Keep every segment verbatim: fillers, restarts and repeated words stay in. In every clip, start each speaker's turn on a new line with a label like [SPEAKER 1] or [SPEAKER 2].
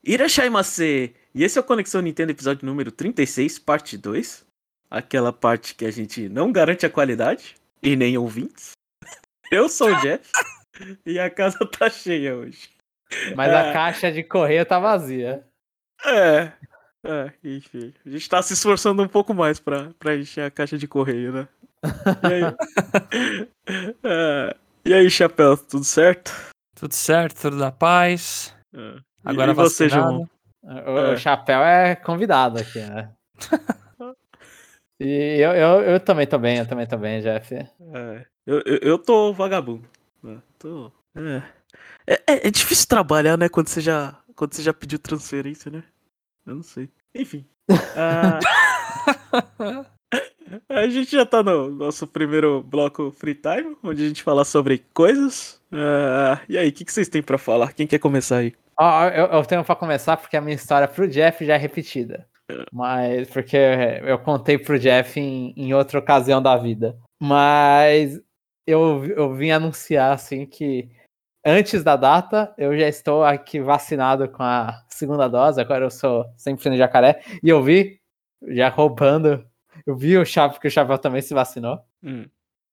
[SPEAKER 1] Irashaimase! E esse é o Conexão Nintendo, episódio número trinta e seis, parte dois. Aquela parte que a gente não garante a qualidade, e nem ouvintes. Eu sou o Jeff, e a casa tá cheia hoje.
[SPEAKER 2] Mas a caixa de correio tá vazia.
[SPEAKER 1] É, é, enfim. A gente tá se esforçando um pouco mais pra, pra encher a caixa de correio, né? E aí? É, e aí, Chapéu, tudo certo?
[SPEAKER 3] Tudo certo, tudo na paz.
[SPEAKER 1] É. E,
[SPEAKER 3] Agora
[SPEAKER 1] e você,
[SPEAKER 3] vacinado.
[SPEAKER 1] João?
[SPEAKER 2] O,
[SPEAKER 1] É.
[SPEAKER 2] o Chapéu é convidado aqui, né? E eu, eu, eu também tô bem, eu também tô bem, Jeff.
[SPEAKER 1] É, eu, eu, eu tô vagabundo. Né? Tô, é. É, é, é difícil trabalhar, né? Quando você já, quando você já pediu transferência, né? Eu não sei. Enfim. Ah, a gente já tá no nosso primeiro bloco Free Time, onde a gente fala sobre coisas. Ah, e aí, o que, que vocês têm pra falar? Quem quer começar aí?
[SPEAKER 2] Ó, eu, eu tenho pra começar porque a minha história pro Jeff já é repetida. Mas porque eu contei pro Jeff em, em outra ocasião da vida. Mas eu, eu vim anunciar assim que antes da data eu já estou aqui vacinado com a segunda dose. Agora eu sou sempre no Jacaré. E eu vi, já roubando, eu vi o Chapéu, que o Chapéu também se vacinou.
[SPEAKER 1] Hum.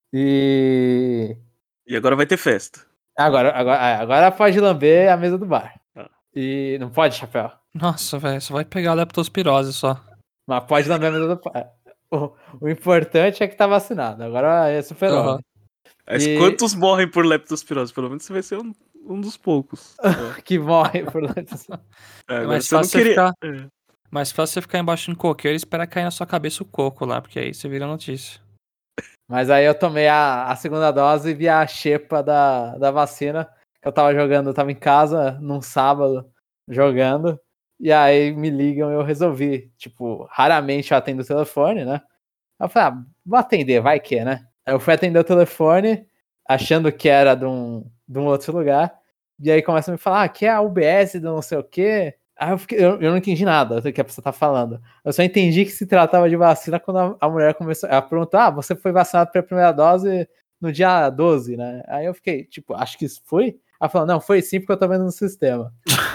[SPEAKER 2] E
[SPEAKER 1] E agora vai ter festa.
[SPEAKER 2] agora, agora, agora pode lamber a mesa do bar.
[SPEAKER 1] Ah.
[SPEAKER 2] E não pode, Chapéu.
[SPEAKER 3] Nossa, velho, só vai pegar leptospirose só.
[SPEAKER 2] Mas pode lamber a mesa do bar. O, o importante é que tá vacinado. Agora é super-homem.
[SPEAKER 3] Uhum.
[SPEAKER 1] Mas
[SPEAKER 2] E-
[SPEAKER 1] quantos morrem por leptospirose? Pelo menos você vai ser um, um dos poucos. É.
[SPEAKER 2] que morre por
[SPEAKER 1] É,
[SPEAKER 3] É
[SPEAKER 1] agora
[SPEAKER 3] mais
[SPEAKER 1] você não
[SPEAKER 3] fácil você
[SPEAKER 1] queria.
[SPEAKER 3] ficar,
[SPEAKER 1] É.
[SPEAKER 3] mais fácil você ficar embaixo de um coqueiro e esperar cair na sua cabeça o coco lá, porque aí você vira notícia.
[SPEAKER 2] Mas aí eu tomei a, a segunda dose e vi a xepa da, da vacina. Que eu tava jogando, eu tava em casa num sábado jogando. E aí me ligam e eu resolvi. Tipo, raramente eu atendo o telefone, né? Aí eu falei, ah, vou atender, vai que, né? Aí eu fui atender o telefone, achando que era de um, de um outro lugar. E aí começa a me falar, ah, que é a U B S do não sei o quê. Aí eu, fiquei, eu, eu não entendi nada do que a pessoa tá falando. Eu só entendi que se tratava de vacina quando a, a mulher começou a perguntar, ah, você foi vacinado pela primeira dose no dia doze, né? Aí eu fiquei, tipo, acho que isso foi? Ela falou, não, foi sim, porque eu tô vendo no sistema.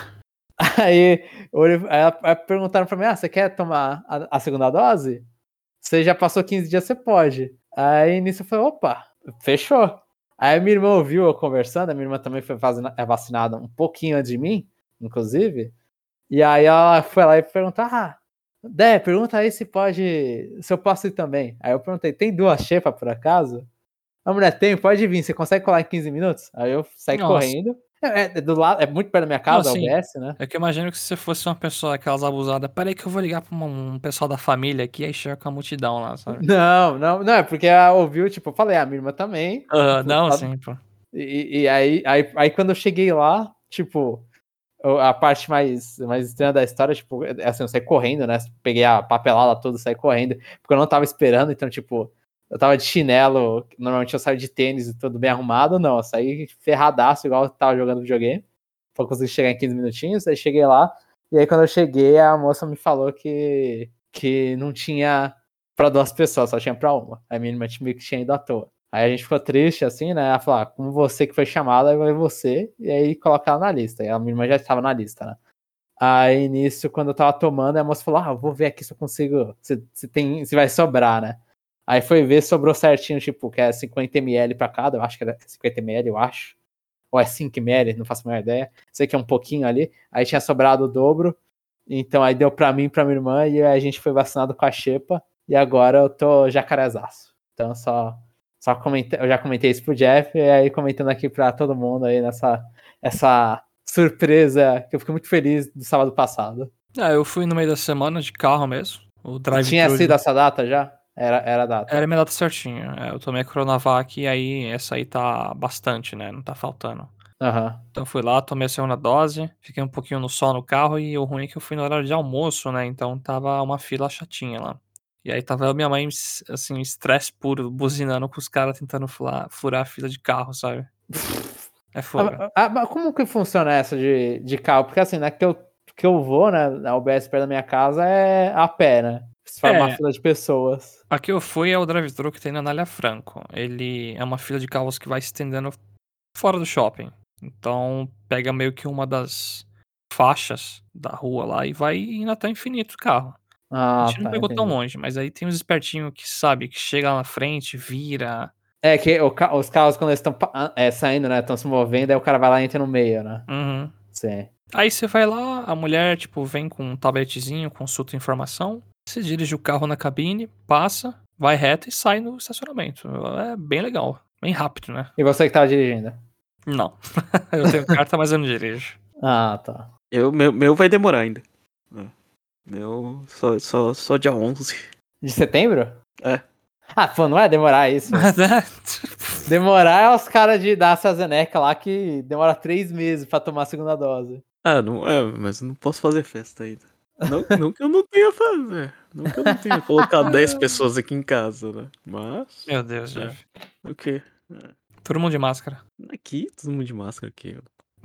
[SPEAKER 2] Aí, eu- aí ela- aí perguntaram pra mim, ah, você quer tomar a, a segunda dose? Você já passou quinze dias, você pode. Aí nisso eu falei, opa, fechou. Aí minha irmã ouviu eu conversando, a minha irmã também foi vacina- é vacinada um pouquinho antes de mim, inclusive. E aí ela foi lá e perguntou, ah, Dé, pergunta aí se pode, se eu posso ir também. Aí eu perguntei, tem duas xepas por acaso? A mulher tem, pode vir, você consegue colar em quinze minutos? Aí eu saí
[SPEAKER 3] Nossa.
[SPEAKER 2] correndo. É, é do lado, é muito perto da minha casa,
[SPEAKER 3] Não,
[SPEAKER 2] a
[SPEAKER 3] assim,
[SPEAKER 2] U B S, né?
[SPEAKER 3] É que eu imagino que se você fosse uma pessoa, aquelas abusadas, peraí que eu vou ligar pra um, um pessoal da família aqui, aí chega com a multidão lá, sabe?
[SPEAKER 2] Não, não, não, é porque ela ouviu, tipo, eu falei, a minha irmã também.
[SPEAKER 3] Ah,
[SPEAKER 2] Tipo,
[SPEAKER 3] não,
[SPEAKER 2] tá-
[SPEAKER 3] sim, pô.
[SPEAKER 2] E, e aí, aí, aí quando eu cheguei lá, tipo, eu- a parte mais, mais estranha da história, tipo, é assim, eu saí correndo, né? Peguei a papelada toda, saí correndo, porque eu não tava esperando, então, tipo, eu tava de chinelo, normalmente eu saio de tênis e tudo bem arrumado, não, eu saí ferradaço, igual eu tava jogando videogame, pra conseguir chegar em quinze minutinhos, aí cheguei lá, e aí quando eu cheguei, a moça me falou que, que não tinha pra duas pessoas, só tinha pra uma. Aí minha irmã meio que tinha ido à toa. Aí a gente ficou triste, assim, né? Ela falou, ah, como você que foi chamada, aí vai você, e aí coloca ela na lista. E a minha irmã já estava na lista, né? Aí nisso, quando eu tava tomando, a moça falou, ah, eu vou ver aqui se eu consigo, se, se, tem, se vai sobrar, né? Aí foi ver, sobrou certinho, tipo, que é cinquenta mililitros pra cada, eu acho que era cinquenta mililitros, eu acho. Ou é cinco mililitros, não faço a menor ideia. Sei que é um pouquinho ali. Aí tinha sobrado o dobro. Então aí deu pra mim e pra minha irmã, e a gente foi vacinado com a xepa. E agora eu tô jacarezaço. Então só, só comentei, eu já comentei isso pro Jeff, e aí comentando aqui pra todo mundo aí nessa essa surpresa que eu fiquei muito feliz do sábado passado.
[SPEAKER 3] Ah, eu fui no meio da semana de carro mesmo. O drive
[SPEAKER 2] Tinha sido essa data já? Era, era a data.
[SPEAKER 3] Era a minha data certinho. É, eu tomei a Coronavac e aí essa aí tá bastante, né? Não tá faltando.
[SPEAKER 2] Aham.
[SPEAKER 3] Então fui lá, tomei a segunda dose, fiquei um pouquinho no sol no carro e o ruim é que eu fui no horário de almoço, né? Então tava uma fila chatinha lá. E aí tava eu e minha mãe, assim, estresse puro, buzinando com os caras tentando furar, furar a fila de carro, sabe? É fogo.
[SPEAKER 2] Ah, ah, mas como que funciona essa de, de carro? Porque assim, né, que eu, que eu vou, né, na U B S perto da minha casa é a pé, né? Se for uma
[SPEAKER 3] É.
[SPEAKER 2] fila de pessoas.
[SPEAKER 3] Aqui eu fui é o drive-thru que tem na Anália Franco. Ele é uma fila de carros que vai se estendendo fora do shopping. Então pega meio que uma das faixas da rua lá e vai indo até infinito o carro. A
[SPEAKER 2] Ah,
[SPEAKER 3] gente não
[SPEAKER 2] tá,
[SPEAKER 3] pegou tão
[SPEAKER 2] entendi.
[SPEAKER 3] longe, mas aí tem uns espertinhos que sabe, que chega lá na frente, vira.
[SPEAKER 2] É que o ca- os carros, quando eles estão é, saindo, né? Estão se movendo, aí o cara vai lá e entra no meio, né?
[SPEAKER 3] Uhum.
[SPEAKER 2] Sim.
[SPEAKER 3] Aí você vai lá, a mulher, tipo, vem com um tabletezinho, consulta informação, você dirige o carro na cabine, passa, vai reto e sai no estacionamento. É bem legal, bem rápido, né?
[SPEAKER 2] E você que tava dirigindo?
[SPEAKER 3] Não. Eu tenho carta, mas eu não dirijo.
[SPEAKER 2] Ah, tá.
[SPEAKER 1] Eu, meu, meu vai demorar ainda. É. Meu só, só, só dia onze.
[SPEAKER 2] De setembro?
[SPEAKER 1] É.
[SPEAKER 2] Ah, pô, não é demorar isso.
[SPEAKER 3] Mas é.
[SPEAKER 2] Demorar é os caras de da AstraZeneca lá que demora três meses pra tomar a segunda dose.
[SPEAKER 1] Ah, não, é, mas eu não posso fazer festa ainda. Não, não que eu não tenha fazer. Não que eu não tenha colocado dez pessoas aqui em casa, né? Mas.
[SPEAKER 3] Meu Deus,
[SPEAKER 1] É.
[SPEAKER 3] Jeff.
[SPEAKER 1] O quê?
[SPEAKER 3] Todo mundo de máscara.
[SPEAKER 1] Aqui, todo mundo de máscara aqui.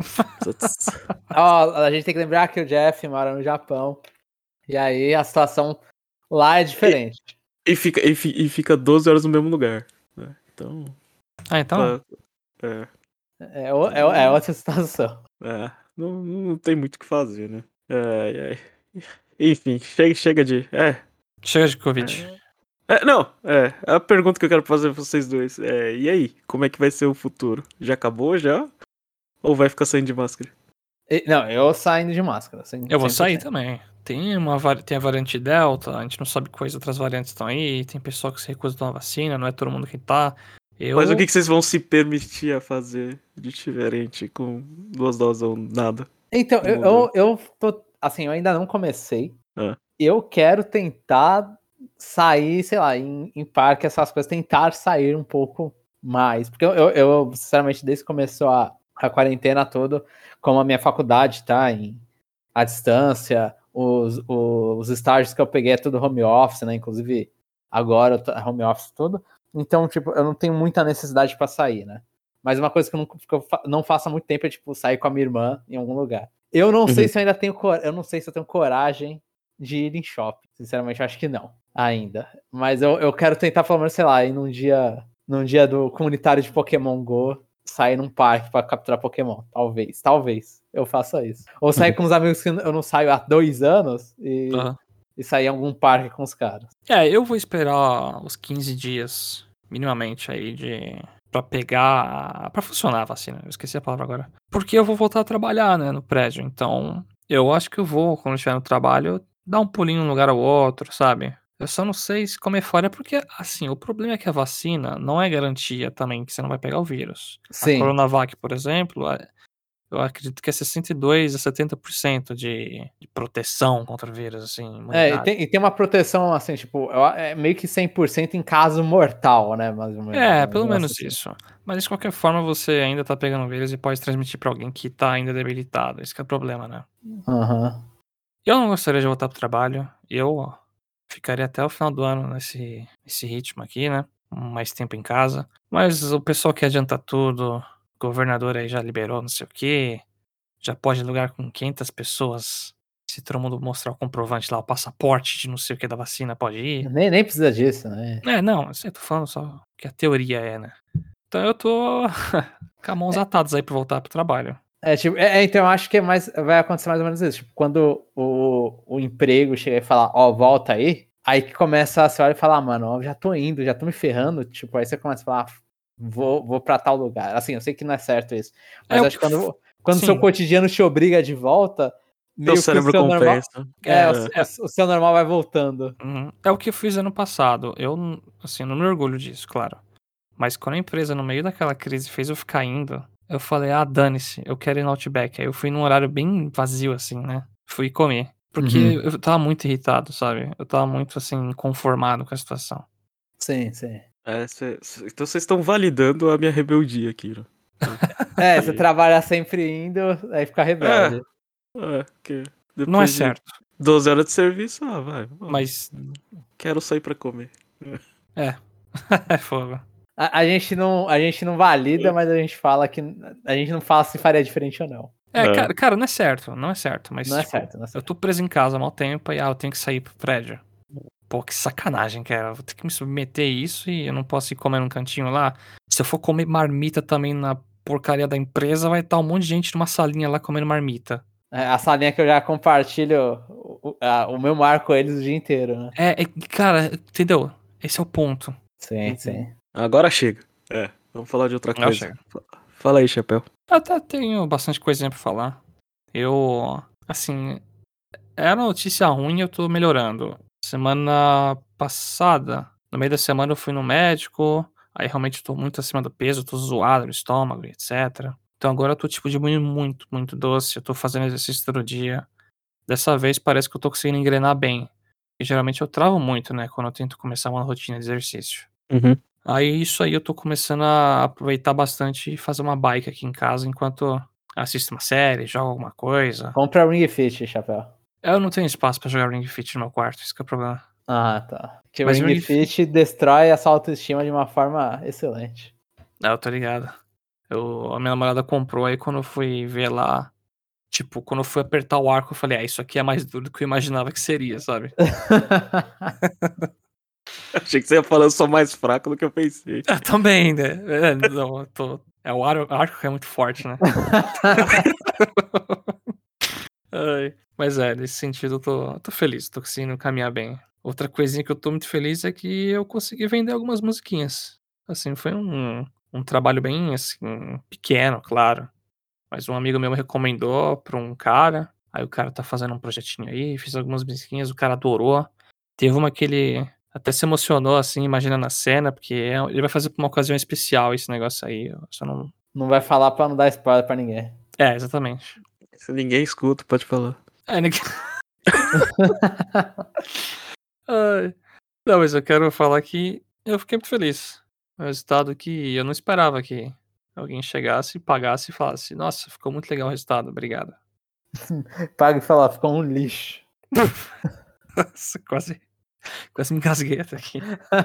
[SPEAKER 2] Ó, a gente tem que lembrar que o Jeff mora no Japão. E aí a situação lá é diferente.
[SPEAKER 1] E fica, e, fi- e fica doze horas no mesmo lugar. Né? Então.
[SPEAKER 3] Ah, então?
[SPEAKER 1] Tá, é,
[SPEAKER 2] É, o- é, é outra situação.
[SPEAKER 1] é, não, não tem muito o que fazer, né? Ai, ai. Enfim, chega, chega de. É,
[SPEAKER 3] Chega de Covid.
[SPEAKER 1] É, não, é. A pergunta que eu quero fazer pra vocês dois é: e aí? Como é que vai ser o futuro? Já acabou já? Ou vai ficar saindo de máscara?
[SPEAKER 2] E- não, eu saindo de máscara. cem-
[SPEAKER 3] Eu vou
[SPEAKER 2] cem por
[SPEAKER 3] sair
[SPEAKER 2] cento.
[SPEAKER 3] também. Tem, uma, vari- tem a variante Delta, a gente não sabe quais outras variantes estão aí, tem pessoal que se recusa a tomar vacina, não é todo mundo que tá. Eu...
[SPEAKER 1] Mas o que, que vocês vão se permitir a fazer de diferente com duas doses ou nada?
[SPEAKER 2] Então, eu,
[SPEAKER 1] Mudou.
[SPEAKER 2] eu, eu tô. Assim, eu ainda não comecei.
[SPEAKER 1] Ah.
[SPEAKER 2] Eu quero tentar sair, sei lá, em, em parque, essas coisas, tentar sair um pouco mais. Porque eu, eu, eu, sinceramente, desde que começou a, a quarentena toda, como a minha faculdade tá em, à distância, os, os, os estágios que eu peguei é tudo home office, né? Inclusive, agora eu tô home office tudo. Então, tipo, eu não tenho muita necessidade para sair, né? Mas uma coisa que eu não, que eu fa- não faço há muito tempo é, tipo, sair com a minha irmã em algum lugar. Eu não sei
[SPEAKER 1] Uhum.
[SPEAKER 2] se eu ainda tenho cor... eu não sei se eu tenho coragem de ir em shopping. Sinceramente, eu acho que não, ainda. Mas eu, eu quero tentar, pelo menos, sei lá, ir num dia, num dia do comunitário de Pokémon Go, sair num parque pra capturar Pokémon. Talvez, talvez eu faça isso. Ou sair com uns amigos que eu não saio há dois anos e,
[SPEAKER 3] Aham.
[SPEAKER 2] e sair em algum parque com os caras.
[SPEAKER 3] É, eu vou esperar os quinze dias, minimamente, aí, de... pra pegar... pra funcionar a vacina. Eu esqueci a palavra agora. Porque eu vou voltar a trabalhar, né, no prédio. Então, eu acho que eu vou, quando eu estiver no trabalho, dar um pulinho num lugar ou outro, sabe? Eu só não sei se comer fora, é porque, assim, o problema é que a vacina não é garantia também que você não vai pegar o vírus. A
[SPEAKER 2] Sim.
[SPEAKER 3] Coronavac, por exemplo, é- eu acredito que é sessenta e dois a setenta por cento de, de proteção contra o vírus, assim,
[SPEAKER 2] É, e
[SPEAKER 3] imunidade.
[SPEAKER 2] tem, e tem uma proteção, assim, tipo, eu- é meio que cem por cento em caso mortal, né, mais ou menos.
[SPEAKER 3] É,
[SPEAKER 2] Um
[SPEAKER 3] pelo
[SPEAKER 2] negócio
[SPEAKER 3] menos
[SPEAKER 2] assim.
[SPEAKER 3] isso. Mas de qualquer forma, você ainda tá pegando o vírus e pode transmitir pra alguém que tá ainda debilitado. Esse que é o problema, né?
[SPEAKER 2] Aham.
[SPEAKER 3] Eu não gostaria de voltar pro trabalho. Eu ó, ficaria até o final do ano nesse, nesse ritmo aqui, né? Mais tempo em casa. Mas o pessoal que adianta tudo, o governador aí já liberou não sei o quê. Já pode lugar com quinhentas pessoas. Se todo mundo mostrar o comprovante lá, o passaporte de não sei o que da vacina, pode ir.
[SPEAKER 2] Nem, nem precisa disso, né?
[SPEAKER 3] É, não, assim, eu tô falando só que a teoria é, né? Então eu tô com as mãos atadas aí pra voltar pro trabalho.
[SPEAKER 2] É, tipo, é, é, então eu acho que é mais, vai acontecer mais ou menos isso. Tipo, quando o, o emprego chega e fala, ó, volta aí, aí que começa a você olha e fala, ah, mano, ó, já tô indo, já tô me ferrando. Tipo, aí você começa a falar, ah, vou, vou pra tal lugar. Assim, eu sei que não é certo isso. Mas
[SPEAKER 3] É o
[SPEAKER 2] acho que
[SPEAKER 3] que
[SPEAKER 2] quando, quando o
[SPEAKER 3] sim.
[SPEAKER 2] seu cotidiano te obriga de volta, meio que o
[SPEAKER 1] cérebro
[SPEAKER 2] seu normal.
[SPEAKER 1] compensa.
[SPEAKER 2] É,
[SPEAKER 3] É,
[SPEAKER 2] o, o- o seu normal vai voltando.
[SPEAKER 3] Uhum. É o que eu fiz ano passado. Eu, n- assim, não me orgulho disso, claro. Mas quando a empresa, no meio daquela crise, fez eu ficar indo, eu falei, ah, dane-se, eu quero ir no Outback. Aí eu fui num horário bem vazio, assim, né? Fui comer. Porque
[SPEAKER 2] Uhum.
[SPEAKER 3] eu tava muito irritado, sabe? Eu tava muito, assim, inconformado com a situação.
[SPEAKER 2] Sim, sim.
[SPEAKER 1] É, cê- cê- então vocês estão validando a minha rebeldia aqui, né?
[SPEAKER 2] É, você trabalha sempre indo, aí fica rebelde.
[SPEAKER 1] É, que depois
[SPEAKER 3] Não é
[SPEAKER 1] de
[SPEAKER 3] certo,
[SPEAKER 1] doze horas de serviço, ah, vai. Vamos.
[SPEAKER 3] mas
[SPEAKER 1] Quero sair pra comer.
[SPEAKER 3] é. É fogo.
[SPEAKER 2] A, a gente não, a gente não valida, mas a gente fala que. A gente não fala se faria diferente ou não.
[SPEAKER 3] É,
[SPEAKER 1] É.
[SPEAKER 3] cara, cara, não é certo, não é certo. Mas,
[SPEAKER 2] Não é
[SPEAKER 3] tipo,
[SPEAKER 2] certo, não é
[SPEAKER 3] eu
[SPEAKER 2] certo.
[SPEAKER 3] tô preso em casa há mau tempo e, ah, eu tenho que sair pro prédio. Pô, que sacanagem, cara. Eu vou ter que me submeter a isso e eu não posso ir comer num cantinho lá. Se eu for comer marmita também na porcaria da empresa, vai estar um monte de gente numa salinha lá comendo marmita.
[SPEAKER 2] É a salinha que eu já compartilho o, o, a, o meu mar com eles o dia inteiro, né?
[SPEAKER 3] É, é, cara, entendeu? Esse é o ponto.
[SPEAKER 2] Sim,
[SPEAKER 1] Uhum.
[SPEAKER 2] sim.
[SPEAKER 1] Agora chega. É, vamos falar de outra
[SPEAKER 3] Não,
[SPEAKER 1] coisa.
[SPEAKER 3] chega.
[SPEAKER 1] Fala aí, Chapéu.
[SPEAKER 3] Até tenho bastante coisinha pra falar. Eu, assim, era notícia ruim e eu tô melhorando. Semana passada, no meio da semana eu fui no médico, aí realmente tô muito acima do peso, tô zoado no estômago, etcétera. Então agora eu tô, tipo, diminuindo muito, muito doce, eu tô fazendo exercício todo dia. Dessa vez parece que eu tô conseguindo engrenar bem. E geralmente eu travo muito, né, quando eu tento começar uma rotina de exercício.
[SPEAKER 1] Uhum.
[SPEAKER 3] Aí isso aí eu tô começando a aproveitar bastante e fazer uma bike aqui em casa enquanto assisto uma série, jogo alguma coisa.
[SPEAKER 2] Compra Ring Fit, Chapéu.
[SPEAKER 3] Eu não tenho espaço pra jogar Ring Fit no meu quarto, isso que é o problema.
[SPEAKER 2] Ah, tá. Que o
[SPEAKER 3] Mas
[SPEAKER 2] Ring
[SPEAKER 3] Ring
[SPEAKER 2] Fit destrói essa autoestima de uma forma excelente.
[SPEAKER 3] Não, eu tô ligado. Eu, a minha namorada comprou, aí quando eu fui ver lá, tipo, quando eu fui apertar o arco, eu falei, ah, isso aqui é mais duro do que eu imaginava que seria, sabe?
[SPEAKER 1] Achei que você ia falar, eu sou mais fraco do que eu pensei.
[SPEAKER 3] Ah, também, né? É, não, eu tô... é o ar- arco que é muito forte, né? Ai, mas é, nesse sentido eu tô, eu tô feliz, tô conseguindo caminhar bem. Outra coisinha que eu tô muito feliz é que eu consegui vender algumas musiquinhas. Assim, foi um, um trabalho bem, assim, pequeno, claro. Mas um amigo meu me recomendou pra um cara. Aí o cara tá fazendo um projetinho aí, fiz algumas musiquinhas, o cara adorou. Teve uma que ele até se emocionou, assim, imaginando a cena, porque é- ele vai fazer pra uma ocasião especial esse negócio aí. Eu só não.
[SPEAKER 2] Não vai falar pra não dar spoiler pra ninguém.
[SPEAKER 3] É, exatamente.
[SPEAKER 1] Se ninguém escuta, pode falar.
[SPEAKER 3] É, ninguém... Ai. Não, mas eu quero falar que eu fiquei muito feliz. É um resultado que eu não esperava que alguém chegasse, pagasse e falasse: Nossa, ficou muito legal o resultado, obrigado.
[SPEAKER 2] Paga e fala, ficou um lixo.
[SPEAKER 3] Nossa, quase, quase me engasguei até aqui.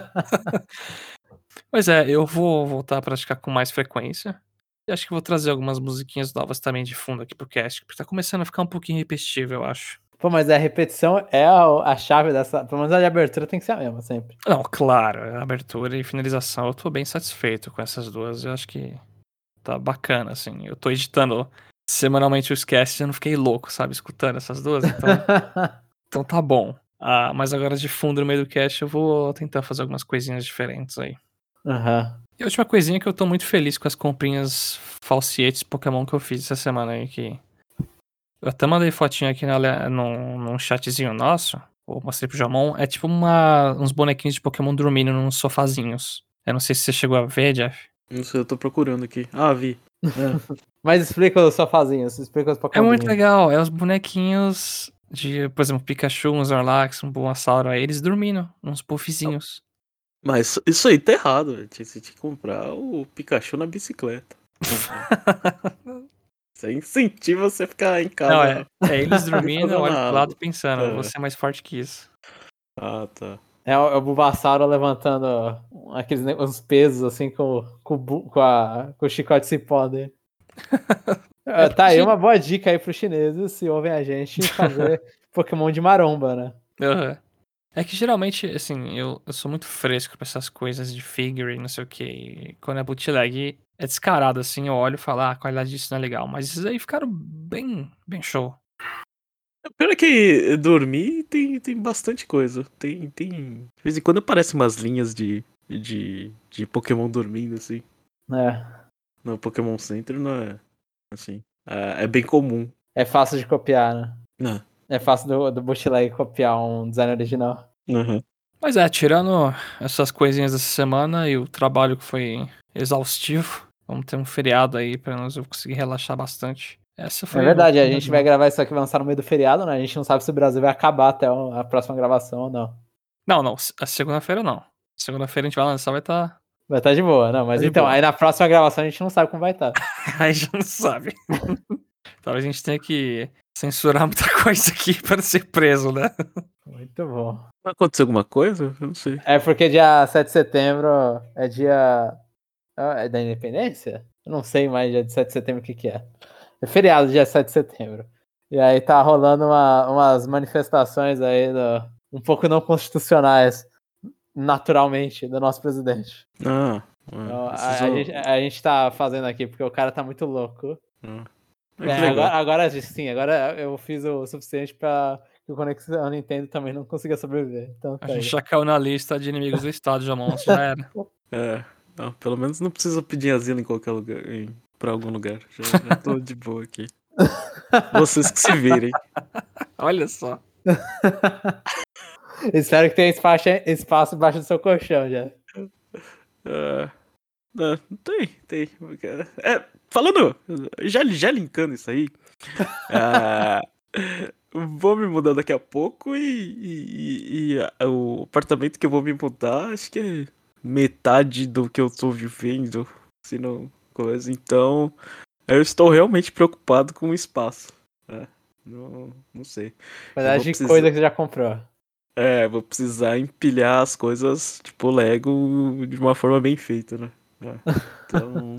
[SPEAKER 3] Mas é, eu vou voltar a praticar com mais frequência. E acho que vou trazer algumas musiquinhas novas também de fundo aqui pro cast, porque tá começando a ficar um pouquinho repetitivo, eu acho.
[SPEAKER 2] Pô, mas a repetição é a, a chave dessa. Pelo menos a de abertura tem que ser a mesma, sempre.
[SPEAKER 3] Não, claro, abertura e finalização, eu tô bem satisfeito com essas duas. Eu acho que tá bacana, assim. Eu tô editando semanalmente os casts e eu não fiquei louco, sabe, escutando essas duas, então, então tá bom. Ah, mas agora de fundo no meio do cast eu vou tentar fazer algumas coisinhas diferentes aí.
[SPEAKER 2] Aham.
[SPEAKER 3] E a última coisinha é que eu tô muito feliz com as comprinhas falsietes Pokémon que eu fiz essa semana aí, que eu até mandei fotinho aqui na, num, num chatzinho nosso, ou mostrei pro Jamon, é tipo uma, uns bonequinhos de Pokémon dormindo nos sofazinhos. Eu não sei se você chegou a ver, Jeff.
[SPEAKER 1] Não sei, eu tô procurando aqui. Ah, vi. É.
[SPEAKER 2] Mas explica os sofazinhos, explica os
[SPEAKER 3] É
[SPEAKER 2] Pokémon.
[SPEAKER 3] muito legal, é os bonequinhos de, por exemplo, Pikachu, um Snorlax, um Bulbasaur, aí eles dormindo, uns puffzinhos.
[SPEAKER 1] Mas isso aí tá errado, velho. Você tinha que comprar o Pikachu na bicicleta. Isso aí incentiva você a ficar em casa.
[SPEAKER 3] Não, é, é eles dormindo, eu
[SPEAKER 1] fazendo
[SPEAKER 3] olho pro
[SPEAKER 1] nada.
[SPEAKER 3] lado e pensando, eu vou
[SPEAKER 1] É.
[SPEAKER 3] ser mais forte que isso.
[SPEAKER 1] Ah, tá.
[SPEAKER 2] É o, é o Bulbasauro levantando aqueles ne- uns pesos assim com, com, o bu- com, a, com o chicote cipó dele.
[SPEAKER 3] É
[SPEAKER 2] Ah, tá aí
[SPEAKER 3] porque-
[SPEAKER 2] uma boa dica aí pros chineses, se ouvem a gente, fazer Pokémon de maromba, né?
[SPEAKER 3] Aham. É que geralmente, assim, eu, eu sou muito fresco pra essas coisas de figure e não sei o que. E quando é bootleg, é descarado, assim, eu olho e falo, ah, a qualidade disso não é legal. Mas esses aí ficaram bem, bem show.
[SPEAKER 1] Pior é que dormir tem, tem bastante coisa. Tem, tem. De vez em quando aparecem umas linhas de, de, de Pokémon dormindo, assim.
[SPEAKER 2] É,
[SPEAKER 1] No Pokémon Center não é assim. É, é bem comum.
[SPEAKER 2] é fácil de copiar, né?
[SPEAKER 1] Não.
[SPEAKER 2] É fácil do, do bootleg copiar um design original.
[SPEAKER 1] Uhum.
[SPEAKER 3] Mas é, tirando essas coisinhas dessa semana e o trabalho que foi exaustivo, vamos ter um feriado aí pra nós eu conseguir relaxar bastante. Essa foi
[SPEAKER 2] É verdade,
[SPEAKER 3] o-
[SPEAKER 2] a gente vai gravar isso aqui e lançar no meio do feriado, né? A gente não sabe se o Brasil vai acabar até a próxima gravação ou não.
[SPEAKER 3] Não, não, a segunda-feira não. Segunda-feira a gente vai lançar, vai estar.
[SPEAKER 2] Vai estar de boa, não. Mas
[SPEAKER 3] Tá de
[SPEAKER 2] então,
[SPEAKER 3] boa.
[SPEAKER 2] aí na próxima gravação a gente não sabe como vai estar.
[SPEAKER 3] Aí já não sabe. Talvez a gente tenha que censurar muita coisa aqui para não ser preso, né?
[SPEAKER 2] Muito bom.
[SPEAKER 1] Vai acontecer alguma coisa? Eu não sei.
[SPEAKER 2] É porque dia sete de setembro é dia. É da independência? Eu não sei mais dia de sete de setembro o que, que é. É feriado dia sete de setembro. E aí tá rolando uma, umas manifestações aí do, um pouco não constitucionais, naturalmente, do nosso presidente.
[SPEAKER 1] Ah,
[SPEAKER 2] Então,
[SPEAKER 1] ah
[SPEAKER 2] a,
[SPEAKER 1] esses
[SPEAKER 2] a,
[SPEAKER 1] vão-
[SPEAKER 2] gente, a gente tá fazendo aqui porque o cara tá muito louco.
[SPEAKER 1] ah. É,
[SPEAKER 2] É,
[SPEAKER 1] que legal.
[SPEAKER 2] agora, agora sim, agora eu fiz o suficiente pra que o Conexão Nintendo também não consiga sobreviver. Então
[SPEAKER 3] A
[SPEAKER 2] tá
[SPEAKER 3] gente
[SPEAKER 2] aí.
[SPEAKER 3] já caiu na lista de inimigos do estado, já, monstro, já era.
[SPEAKER 1] É, não, pelo menos não precisa pedir asilo em qualquer lugar, em, pra algum lugar. Já, já tô de boa aqui. Vocês que se virem.
[SPEAKER 3] Olha só.
[SPEAKER 2] Espero que tenha espaço, espaço embaixo do seu colchão já.
[SPEAKER 1] É, é, tem, tem. É, falando, já, já linkando isso aí, é, vou me mudar daqui a pouco e, e- e- e a- o apartamento que eu vou me mudar, acho que é metade do que eu tô vivendo, se não coisa. Então, eu estou realmente preocupado com o espaço. É, não, não sei. Eu
[SPEAKER 2] Quantidade
[SPEAKER 1] vou
[SPEAKER 2] de
[SPEAKER 1] precisar,
[SPEAKER 2] coisa que você já comprou.
[SPEAKER 1] é, vou precisar empilhar as coisas, tipo Lego, de uma forma bem feita, né? É, então,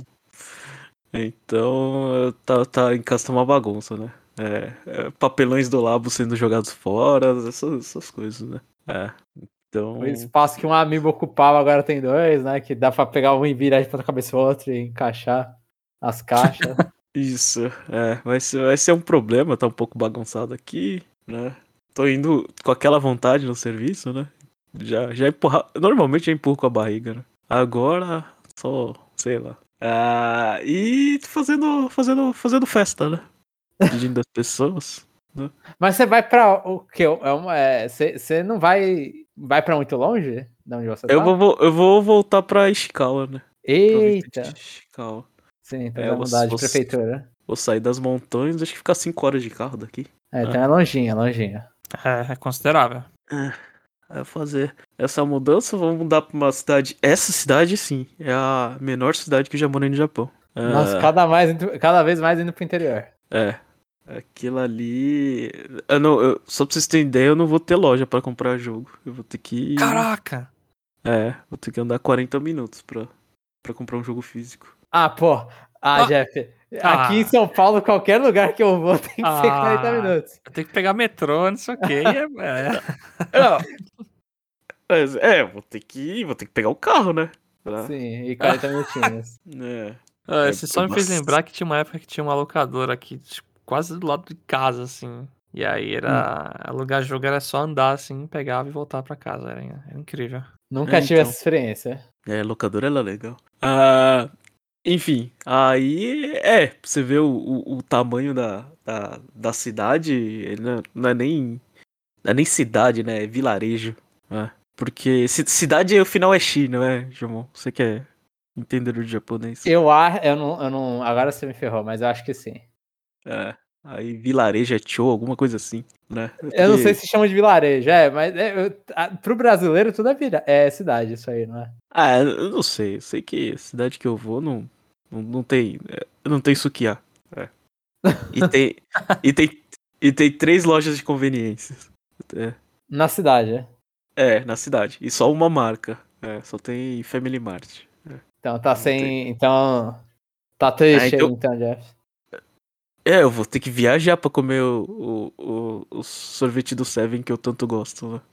[SPEAKER 1] então tá, tá em casa tá uma bagunça, né? É, é, papelões do labo sendo jogados fora, essas, essas coisas, né? É,
[SPEAKER 2] O
[SPEAKER 1] então,
[SPEAKER 2] espaço que um amiibo ocupava agora tem dois, né? Que dá pra pegar um e virar de ponta cabeça o outro e encaixar as caixas.
[SPEAKER 1] isso, é, vai ser, vai ser um problema, tá um pouco bagunçado aqui, né? Tô indo com aquela vontade no serviço, né? Já, já empurra, normalmente eu empurro com a barriga, né? Agora, só, sei lá. Ah, e fazendo, fazendo, fazendo festa, né? Pedindo das pessoas. Né?
[SPEAKER 2] Mas você vai pra o que? É uma, é, você, você não vai, vai pra muito longe de onde você
[SPEAKER 1] Eu
[SPEAKER 2] tá?
[SPEAKER 1] vou, vo- eu vou voltar pra Ishikawa, né? Província de
[SPEAKER 2] Eita!
[SPEAKER 1] Ishikawa.
[SPEAKER 2] Sim, então
[SPEAKER 1] É,
[SPEAKER 2] vai
[SPEAKER 1] eu vou,
[SPEAKER 2] mudar de
[SPEAKER 1] vou,
[SPEAKER 2] prefeitura.
[SPEAKER 1] vou sair das montanhas, acho que fica cinco horas de carro daqui.
[SPEAKER 2] É,
[SPEAKER 1] Né?
[SPEAKER 2] então é longinho, é longinho.
[SPEAKER 3] É, é considerável.
[SPEAKER 1] É, aí eu fazer essa mudança, vou mudar pra uma cidade. Essa cidade, sim, é a menor cidade que eu já morei no Japão.
[SPEAKER 2] Nossa,
[SPEAKER 1] É,
[SPEAKER 2] cada, mais, indo- cada vez mais indo pro interior.
[SPEAKER 1] é. Aquilo ali. Eu não, eu- só pra vocês terem ideia, eu não vou ter loja pra comprar jogo. Eu vou ter que.
[SPEAKER 3] Caraca!
[SPEAKER 1] É, vou ter que andar quarenta minutos pra, pra comprar um jogo físico.
[SPEAKER 2] Ah, pô. Ah,
[SPEAKER 3] Ah,
[SPEAKER 2] Jeff. Aqui em
[SPEAKER 3] ah,
[SPEAKER 2] São Paulo, qualquer lugar que eu vou tem que ser quarenta
[SPEAKER 3] ah,
[SPEAKER 2] minutos.
[SPEAKER 3] eu tenho que pegar metrô, não sei o que. É, é.
[SPEAKER 1] Não, mas, é, vou ter que. Vou ter que pegar o carro, né? Pra-
[SPEAKER 2] Sim, e quarenta minutinhos.
[SPEAKER 1] É.
[SPEAKER 3] Ah,
[SPEAKER 1] É,
[SPEAKER 3] Você só me fez
[SPEAKER 1] nossa.
[SPEAKER 3] lembrar que tinha uma época que tinha uma locadora aqui, tipo, quase do lado de casa, assim. E aí era. Alugar jogo era só andar assim, pegava e voltar pra casa. Era, era incrível.
[SPEAKER 2] Nunca
[SPEAKER 1] É,
[SPEAKER 2] tive
[SPEAKER 1] então.
[SPEAKER 2] essa experiência.
[SPEAKER 1] É, locadora era legal. Ah, enfim, aí é, pra você ver o, o, o tamanho da, da, da cidade, ele não, não é nem. Não é nem cidade, né? É vilarejo. Né? Porque ci- cidade, o final é Shi, não é, Jomon? Você que é entendedor de japonês.
[SPEAKER 2] Eu acho. Eu não, eu não. Agora você me ferrou, mas eu acho que sim.
[SPEAKER 1] É. Aí vilarejo é Cho, alguma coisa assim, né?
[SPEAKER 2] Eu não sei
[SPEAKER 1] Porque.
[SPEAKER 2] se chama de vilarejo, é, mas é, eu, a, pro brasileiro tudo é, vira, é cidade, isso aí, não é?
[SPEAKER 1] Ah, eu não sei. Eu sei que a cidade que eu vou não, não, não tem. é, Não tem sukiá. É. E tem. E tem. E tem três lojas de conveniências. É,
[SPEAKER 2] Na cidade, é.
[SPEAKER 1] é, na cidade. E só uma marca. É, só tem Family Mart. É,
[SPEAKER 2] Então tá
[SPEAKER 1] não tem.
[SPEAKER 2] sem. Então. Tá
[SPEAKER 1] Ah,
[SPEAKER 2] triste aí,
[SPEAKER 1] então.
[SPEAKER 2] então, Jeff.
[SPEAKER 1] É, eu vou ter que viajar pra comer o, o, o, o sorvete do Seven que eu tanto gosto, né?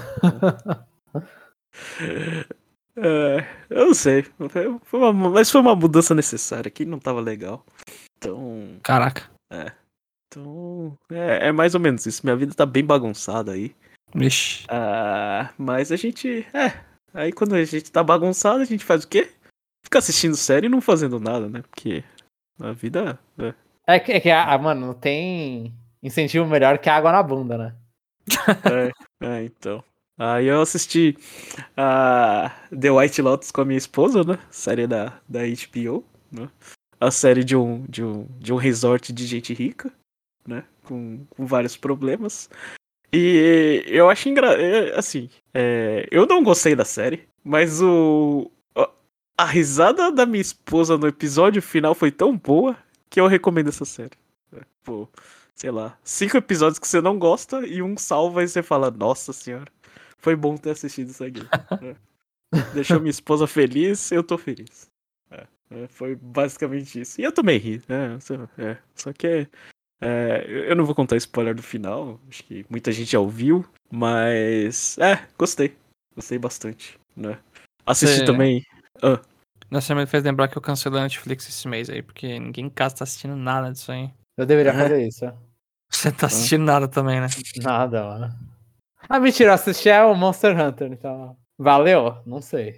[SPEAKER 1] É, eu não sei. Foi foi uma, mas foi uma mudança necessária que não tava legal. Então.
[SPEAKER 3] Caraca.
[SPEAKER 1] É. Então. É, é mais ou menos isso. Minha vida tá bem bagunçada aí.
[SPEAKER 3] Vixe.
[SPEAKER 1] Ah, mas a gente. É. Aí quando a gente tá bagunçado, a gente faz o quê? Fica assistindo série e não fazendo nada, né? Porque a vida. É,
[SPEAKER 2] É que, é que ah, mano, não tem incentivo melhor que água na bunda, né?
[SPEAKER 1] é, é, então. Aí eu assisti a The White Lotus com a minha esposa, né? Série da, da H B O, né? A série de um, de um, de um resort de gente rica, né? Com, com vários problemas. E eu acho engraçado, assim, é, eu não gostei da série, mas o a- a risada da minha esposa no episódio final foi tão boa que eu recomendo essa série. É, pô, sei lá, cinco episódios que você não gosta e um salva e você fala, nossa senhora, foi bom ter assistido isso aqui. É. Deixou minha esposa feliz, eu tô feliz. É, é, foi basicamente isso. E eu também ri, né? Só- É, só que é, eu não vou contar spoiler do final, acho que muita gente já ouviu, mas é, gostei. Gostei bastante, né? Assisti
[SPEAKER 3] Você.
[SPEAKER 1] também. Ah,
[SPEAKER 3] Nossa, me fez lembrar que eu cancelei a Netflix esse mês aí, porque ninguém em casa tá assistindo nada disso aí.
[SPEAKER 2] Eu deveria
[SPEAKER 1] É?
[SPEAKER 2] fazer isso.
[SPEAKER 3] Você tá assistindo nada também, né?
[SPEAKER 2] Nada, mano. Ah, mentira, eu assisti é o Monster Hunter, então. Valeu? Não sei.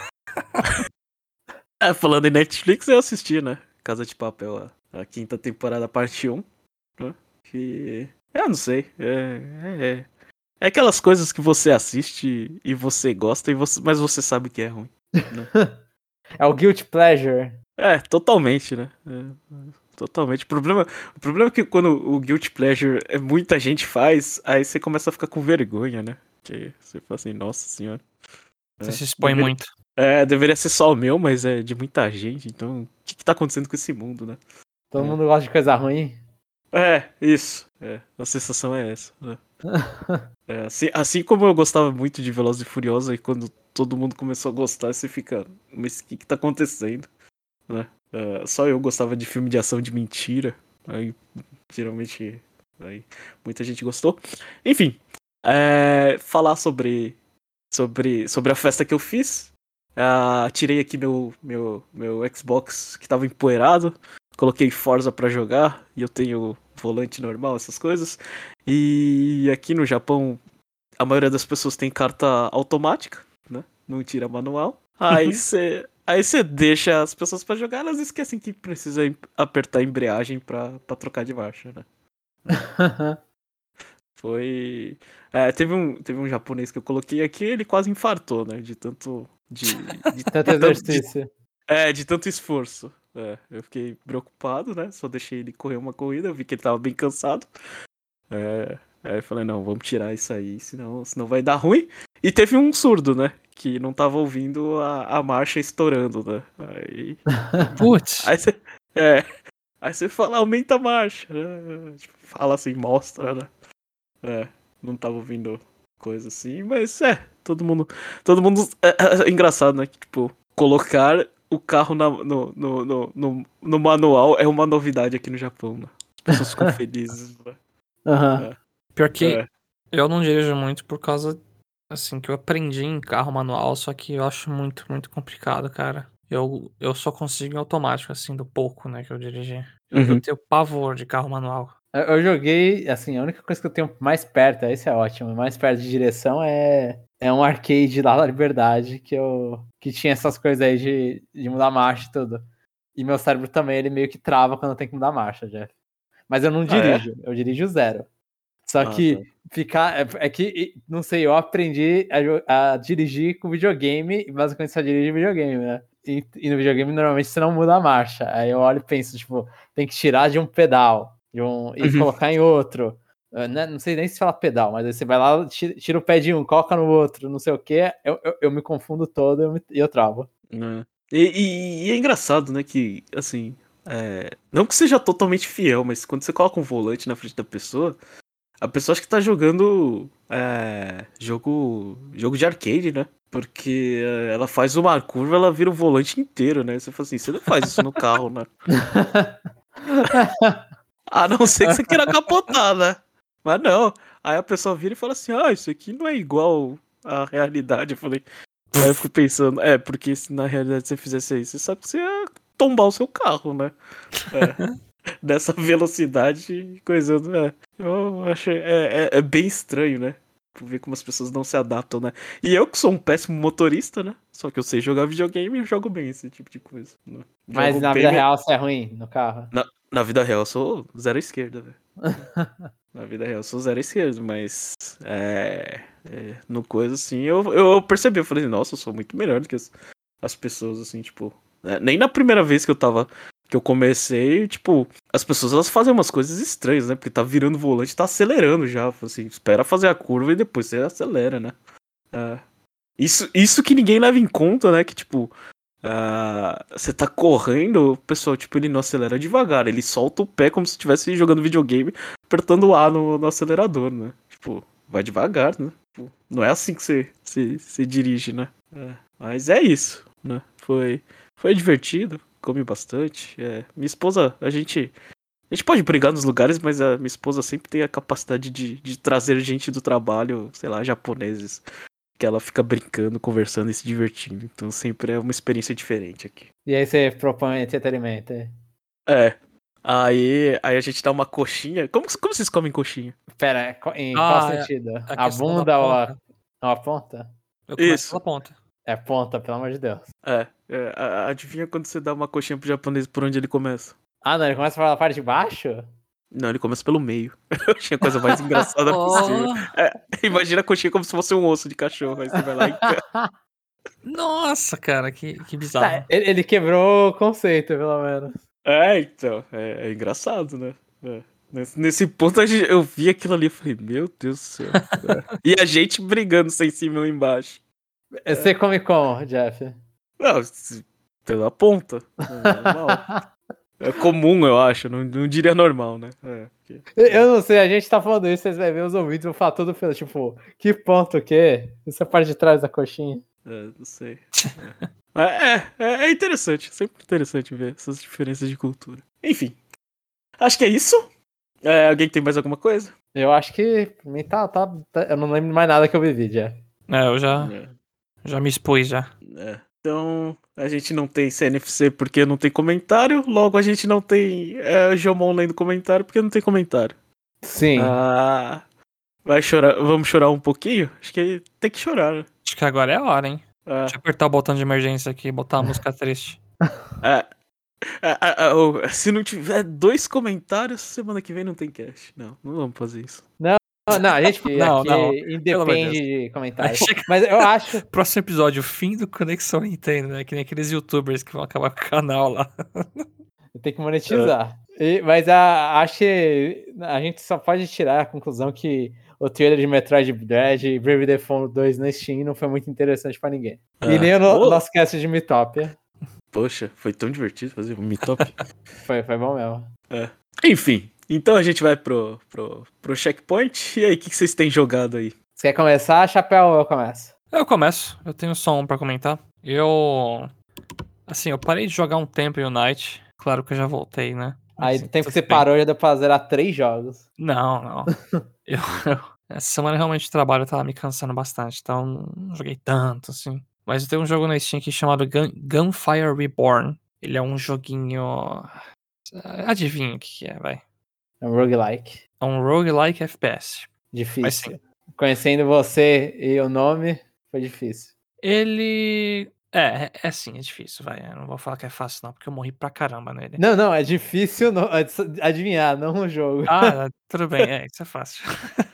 [SPEAKER 1] É, falando em Netflix, eu assisti, né? Casa de Papel, a, a quinta temporada, parte um. Né? Que. Eu não sei. É, é, é. É aquelas coisas que você assiste e você gosta, e você, mas você sabe que é ruim. Né?
[SPEAKER 2] É o Guilty Pleasure.
[SPEAKER 1] É, totalmente, né? É, totalmente. O problema, o problema é que quando o Guilty Pleasure é muita gente faz, aí você começa a ficar com vergonha, né? Que você fala assim, nossa senhora.
[SPEAKER 3] Você
[SPEAKER 1] É,
[SPEAKER 3] se expõe
[SPEAKER 1] deveria,
[SPEAKER 3] muito.
[SPEAKER 1] é, deveria ser só o meu, mas é de muita gente. Então, o que, que tá acontecendo com esse mundo, né?
[SPEAKER 2] Todo
[SPEAKER 1] É.
[SPEAKER 2] mundo gosta de coisa ruim.
[SPEAKER 1] É, isso. É, a sensação é essa. Né? É, assim, assim como eu gostava muito de Velozes e Furiosos, e quando todo mundo começou a gostar, você fica, mas o que, que tá acontecendo? Né? É, só eu gostava de filme de ação de mentira. Aí, geralmente, aí, muita gente gostou. Enfim, é, falar sobre, sobre, sobre a festa que eu fiz. Ah, tirei aqui meu, meu, meu Xbox que tava empoeirado. Coloquei Forza pra jogar. E eu tenho volante normal, essas coisas. E aqui no Japão, a maioria das pessoas tem carta automática, né? Não tira manual. Aí você aí você deixa as pessoas pra jogar, elas esquecem que precisa em- apertar a embreagem pra, pra trocar de marcha, né? Foi. É, teve um, teve um japonês que eu coloquei aqui, ele quase infartou, né? De tanto. De, de,
[SPEAKER 2] Tanto
[SPEAKER 1] de tanto, de,
[SPEAKER 2] exercício.
[SPEAKER 1] é, de tanto esforço. É, eu fiquei preocupado, né? Só deixei ele correr uma corrida, eu vi que ele tava bem cansado. É, aí eu falei, não, vamos tirar isso aí, senão, senão vai dar ruim. E teve um surdo, né? Que não tava ouvindo a, a marcha estourando, né? Aí.
[SPEAKER 3] Putz.
[SPEAKER 1] Aí você. É. Aí você fala, aumenta a marcha, né? Tipo, fala assim, mostra, né? É, não tava ouvindo coisa assim, mas é, todo mundo. Todo mundo. É, é- é engraçado, né? Que, tipo, colocar o carro na- no, no, no, no, no manual é uma novidade aqui no Japão, né? As pessoas ficam felizes, né?
[SPEAKER 2] Aham.
[SPEAKER 1] É,
[SPEAKER 3] Pior que
[SPEAKER 1] é.
[SPEAKER 3] eu não dirijo muito por causa, assim, que eu aprendi em carro manual, só que eu acho muito, muito complicado, cara. Eu, eu só consigo em automático, assim, do pouco, né, que eu dirigi. Eu, eu
[SPEAKER 1] Uhum.
[SPEAKER 3] tenho pavor de carro manual.
[SPEAKER 2] Eu, eu joguei, assim, a única coisa que eu tenho mais perto, esse é ótimo, mais perto de direção é, é um arcade lá na Liberdade que eu que tinha essas coisas aí de, de mudar marcha e tudo. E meu cérebro também, ele meio que trava quando eu tenho que mudar marcha, Jeff. Mas eu não
[SPEAKER 1] Ah, é?
[SPEAKER 2] dirijo, eu dirijo zero. Só
[SPEAKER 1] Ah, tá.
[SPEAKER 2] que ficar. É, é que, não sei, eu aprendi a, jo- a dirigir com videogame e basicamente só dirijo videogame, né? E, e no videogame normalmente você não muda a marcha. Aí eu olho e penso, tipo, tem que tirar de um pedal de um, e
[SPEAKER 1] Uhum.
[SPEAKER 2] colocar em outro. Uh, né? Não sei nem se fala pedal, mas aí você vai lá, tira, tira o pé de um, coloca no outro, não sei o que. Eu, eu, eu me confundo todo e eu, me- e eu travo.
[SPEAKER 1] É. E, e- e é engraçado, né, que, assim, é, não que seja totalmente fiel, mas quando você coloca um volante na frente da pessoa, a pessoa acha que tá jogando é, jogo, jogo de arcade, né? Porque é, ela faz uma curva, ela vira o volante inteiro, né? Você fala assim, você não faz isso no carro, né? A não ser que você queira capotar, né? Mas não. Aí a pessoa vira e fala assim, ah, isso aqui não é igual à realidade. Eu falei, aí eu fico pensando, é, porque se na realidade você fizesse isso, você sabe que você ia tombar o seu carro, né? É, dessa velocidade, coisando, é. Eu achei, é, é, é bem estranho, né? Ver como as pessoas não se adaptam, né? E eu que sou um péssimo motorista, né? Só que eu sei jogar videogame e eu jogo bem esse tipo de coisa. Né?
[SPEAKER 2] Mas
[SPEAKER 1] Jogo
[SPEAKER 2] na
[SPEAKER 1] bem.
[SPEAKER 2] vida
[SPEAKER 1] me-
[SPEAKER 2] real você é ruim no carro.
[SPEAKER 1] Na, na vida real eu sou zero esquerda, velho. Na vida real eu sou zero esquerda, mas é, é, no coisa assim eu, eu percebi, eu falei, nossa, eu sou muito melhor do que as, as pessoas, assim, tipo. Né? Nem na primeira vez que eu tava. Que eu comecei, tipo, as pessoas elas fazem umas coisas estranhas, né? Porque tá virando o volante, tá acelerando já. Eu falei assim, espera fazer a curva e depois você acelera, né? É, isso, isso que ninguém leva em conta, né? Que, tipo, ah, você tá correndo, o pessoal, tipo, ele não acelera devagar, ele solta o pé como se estivesse jogando videogame, apertando o A no, no acelerador, né? Tipo, vai devagar, né? Tipo, não é assim que você, você, você dirige, né? É, mas é isso, né? Foi, foi divertido, comi bastante. É, minha esposa, a gente. A gente pode brigar nos lugares, mas a minha esposa sempre tem a capacidade de, de trazer gente do trabalho, sei lá, japoneses que ela fica brincando, conversando e se divertindo. Então sempre é uma experiência diferente aqui.
[SPEAKER 2] E aí você propõe entretenimento. É.
[SPEAKER 1] É. Aí, aí a gente dá uma coxinha. Como, como vocês comem coxinha?
[SPEAKER 2] Pera, co- em
[SPEAKER 3] Ah,
[SPEAKER 2] qual
[SPEAKER 3] é.
[SPEAKER 2] sentido?
[SPEAKER 3] A
[SPEAKER 2] A
[SPEAKER 3] questão da
[SPEAKER 2] bunda ou a,
[SPEAKER 3] ponta.
[SPEAKER 2] ou a ponta?
[SPEAKER 3] Eu começo
[SPEAKER 1] Isso.
[SPEAKER 3] pela ponta.
[SPEAKER 2] É ponta, pelo amor de Deus.
[SPEAKER 1] É, é, a- adivinha quando você dá uma coxinha pro japonês por onde ele começa?
[SPEAKER 2] Ah, não, ele começa pela parte de baixo?
[SPEAKER 1] Não, ele começa pelo meio. Eu achei a coisa mais engraçada possível.
[SPEAKER 3] Oh,
[SPEAKER 1] É, imagina a coxinha como se fosse um osso de cachorro. Aí você vai lá e.
[SPEAKER 3] nossa, cara, que, que
[SPEAKER 2] Tá,
[SPEAKER 3] bizarro.
[SPEAKER 2] ele, ele quebrou o conceito, pelo menos.
[SPEAKER 1] É, então. É, é engraçado, né? É. Nesse, nesse ponto a gente- eu vi aquilo ali e falei, meu Deus do céu. É. E a gente brigando sem cima e um embaixo.
[SPEAKER 2] Você come como, Jeff?
[SPEAKER 1] Não, se- pela ponta. É normal. É comum, eu acho. Não, não diria normal, né? É, porque-
[SPEAKER 2] Eu não sei, a gente tá falando isso, vocês vão ver os ouvintes, vão falar tudo pelo, tipo, que ponto o quê? Essa parte de trás da coxinha.
[SPEAKER 1] é, não sei. É. É, é, é interessante. Sempre interessante ver essas diferenças de cultura. Enfim. Acho que é isso. É, alguém tem mais alguma coisa?
[SPEAKER 2] Eu acho que, pra mim, tá, tá, tá- eu não lembro mais nada que eu vivi, Jeff.
[SPEAKER 3] É, eu já,
[SPEAKER 1] É,
[SPEAKER 3] já me expus já.
[SPEAKER 1] é. Então, a gente não tem C N F C porque não tem comentário. Logo, a gente não tem é, Jomon lendo comentário porque não tem comentário.
[SPEAKER 2] Sim.
[SPEAKER 1] Ah, vai chorar. Vamos chorar um pouquinho? Acho que tem que chorar, né?
[SPEAKER 3] Acho que agora é a hora, hein?
[SPEAKER 1] Ah,
[SPEAKER 3] Deixa eu apertar o botão de emergência aqui e botar a música triste.
[SPEAKER 1] ah, ah, ah, ah, oh, se não tiver dois comentários, semana que vem não tem cast. Não, não vamos fazer isso.
[SPEAKER 2] Não, não, a gente
[SPEAKER 3] Não,
[SPEAKER 2] aqui
[SPEAKER 3] não,
[SPEAKER 2] independe de comentários.
[SPEAKER 3] Aí chega-
[SPEAKER 2] Mas eu acho.
[SPEAKER 3] Próximo episódio, fim do Conexão Nintendo, né? Que nem aqueles youtubers que vão acabar com o canal lá.
[SPEAKER 2] Tem que monetizar. E- mas a, acho que a gente só pode tirar a conclusão que o trailer de Metroid Dread e Brave Default dois na Steam não foi muito interessante pra ninguém. E
[SPEAKER 1] Ah,
[SPEAKER 2] nem o no-
[SPEAKER 1] pô.
[SPEAKER 2] nosso cast de Mitopia.
[SPEAKER 1] Poxa, foi tão divertido fazer um meetup.
[SPEAKER 2] Foi, foi bom mesmo.
[SPEAKER 1] Enfim, então a gente vai pro, pro, pro checkpoint. E aí, o que, que vocês têm jogado aí?
[SPEAKER 2] Você quer começar, Chapéu, ou eu começo?
[SPEAKER 3] Eu começo, eu tenho só um pra comentar. Eu. Assim, eu parei de jogar um tempo em Unite. Claro que eu já voltei, né?
[SPEAKER 2] Aí
[SPEAKER 3] Assim,
[SPEAKER 2] do tempo que
[SPEAKER 3] tudo
[SPEAKER 2] você
[SPEAKER 3] bem.
[SPEAKER 2] parou, já deu pra zerar três jogos.
[SPEAKER 3] Não, não. eu, eu- essa semana realmente o trabalho tava me cansando bastante, então não joguei tanto, assim. Mas eu tenho um jogo na Steam aqui chamado Gun, Gunfire Reborn. Ele é um joguinho. Adivinha o que, que é, vai.
[SPEAKER 2] É um roguelike.
[SPEAKER 3] É um roguelike F P S.
[SPEAKER 2] Difícil. Conhecendo você e o nome, foi difícil.
[SPEAKER 3] Ele. É, é, é sim, é difícil, vai. Eu não vou falar que é fácil, não, porque eu morri pra caramba nele.
[SPEAKER 2] Não, não, é difícil no- adivinhar, não o jogo.
[SPEAKER 3] Ah, tudo bem, é, isso é fácil.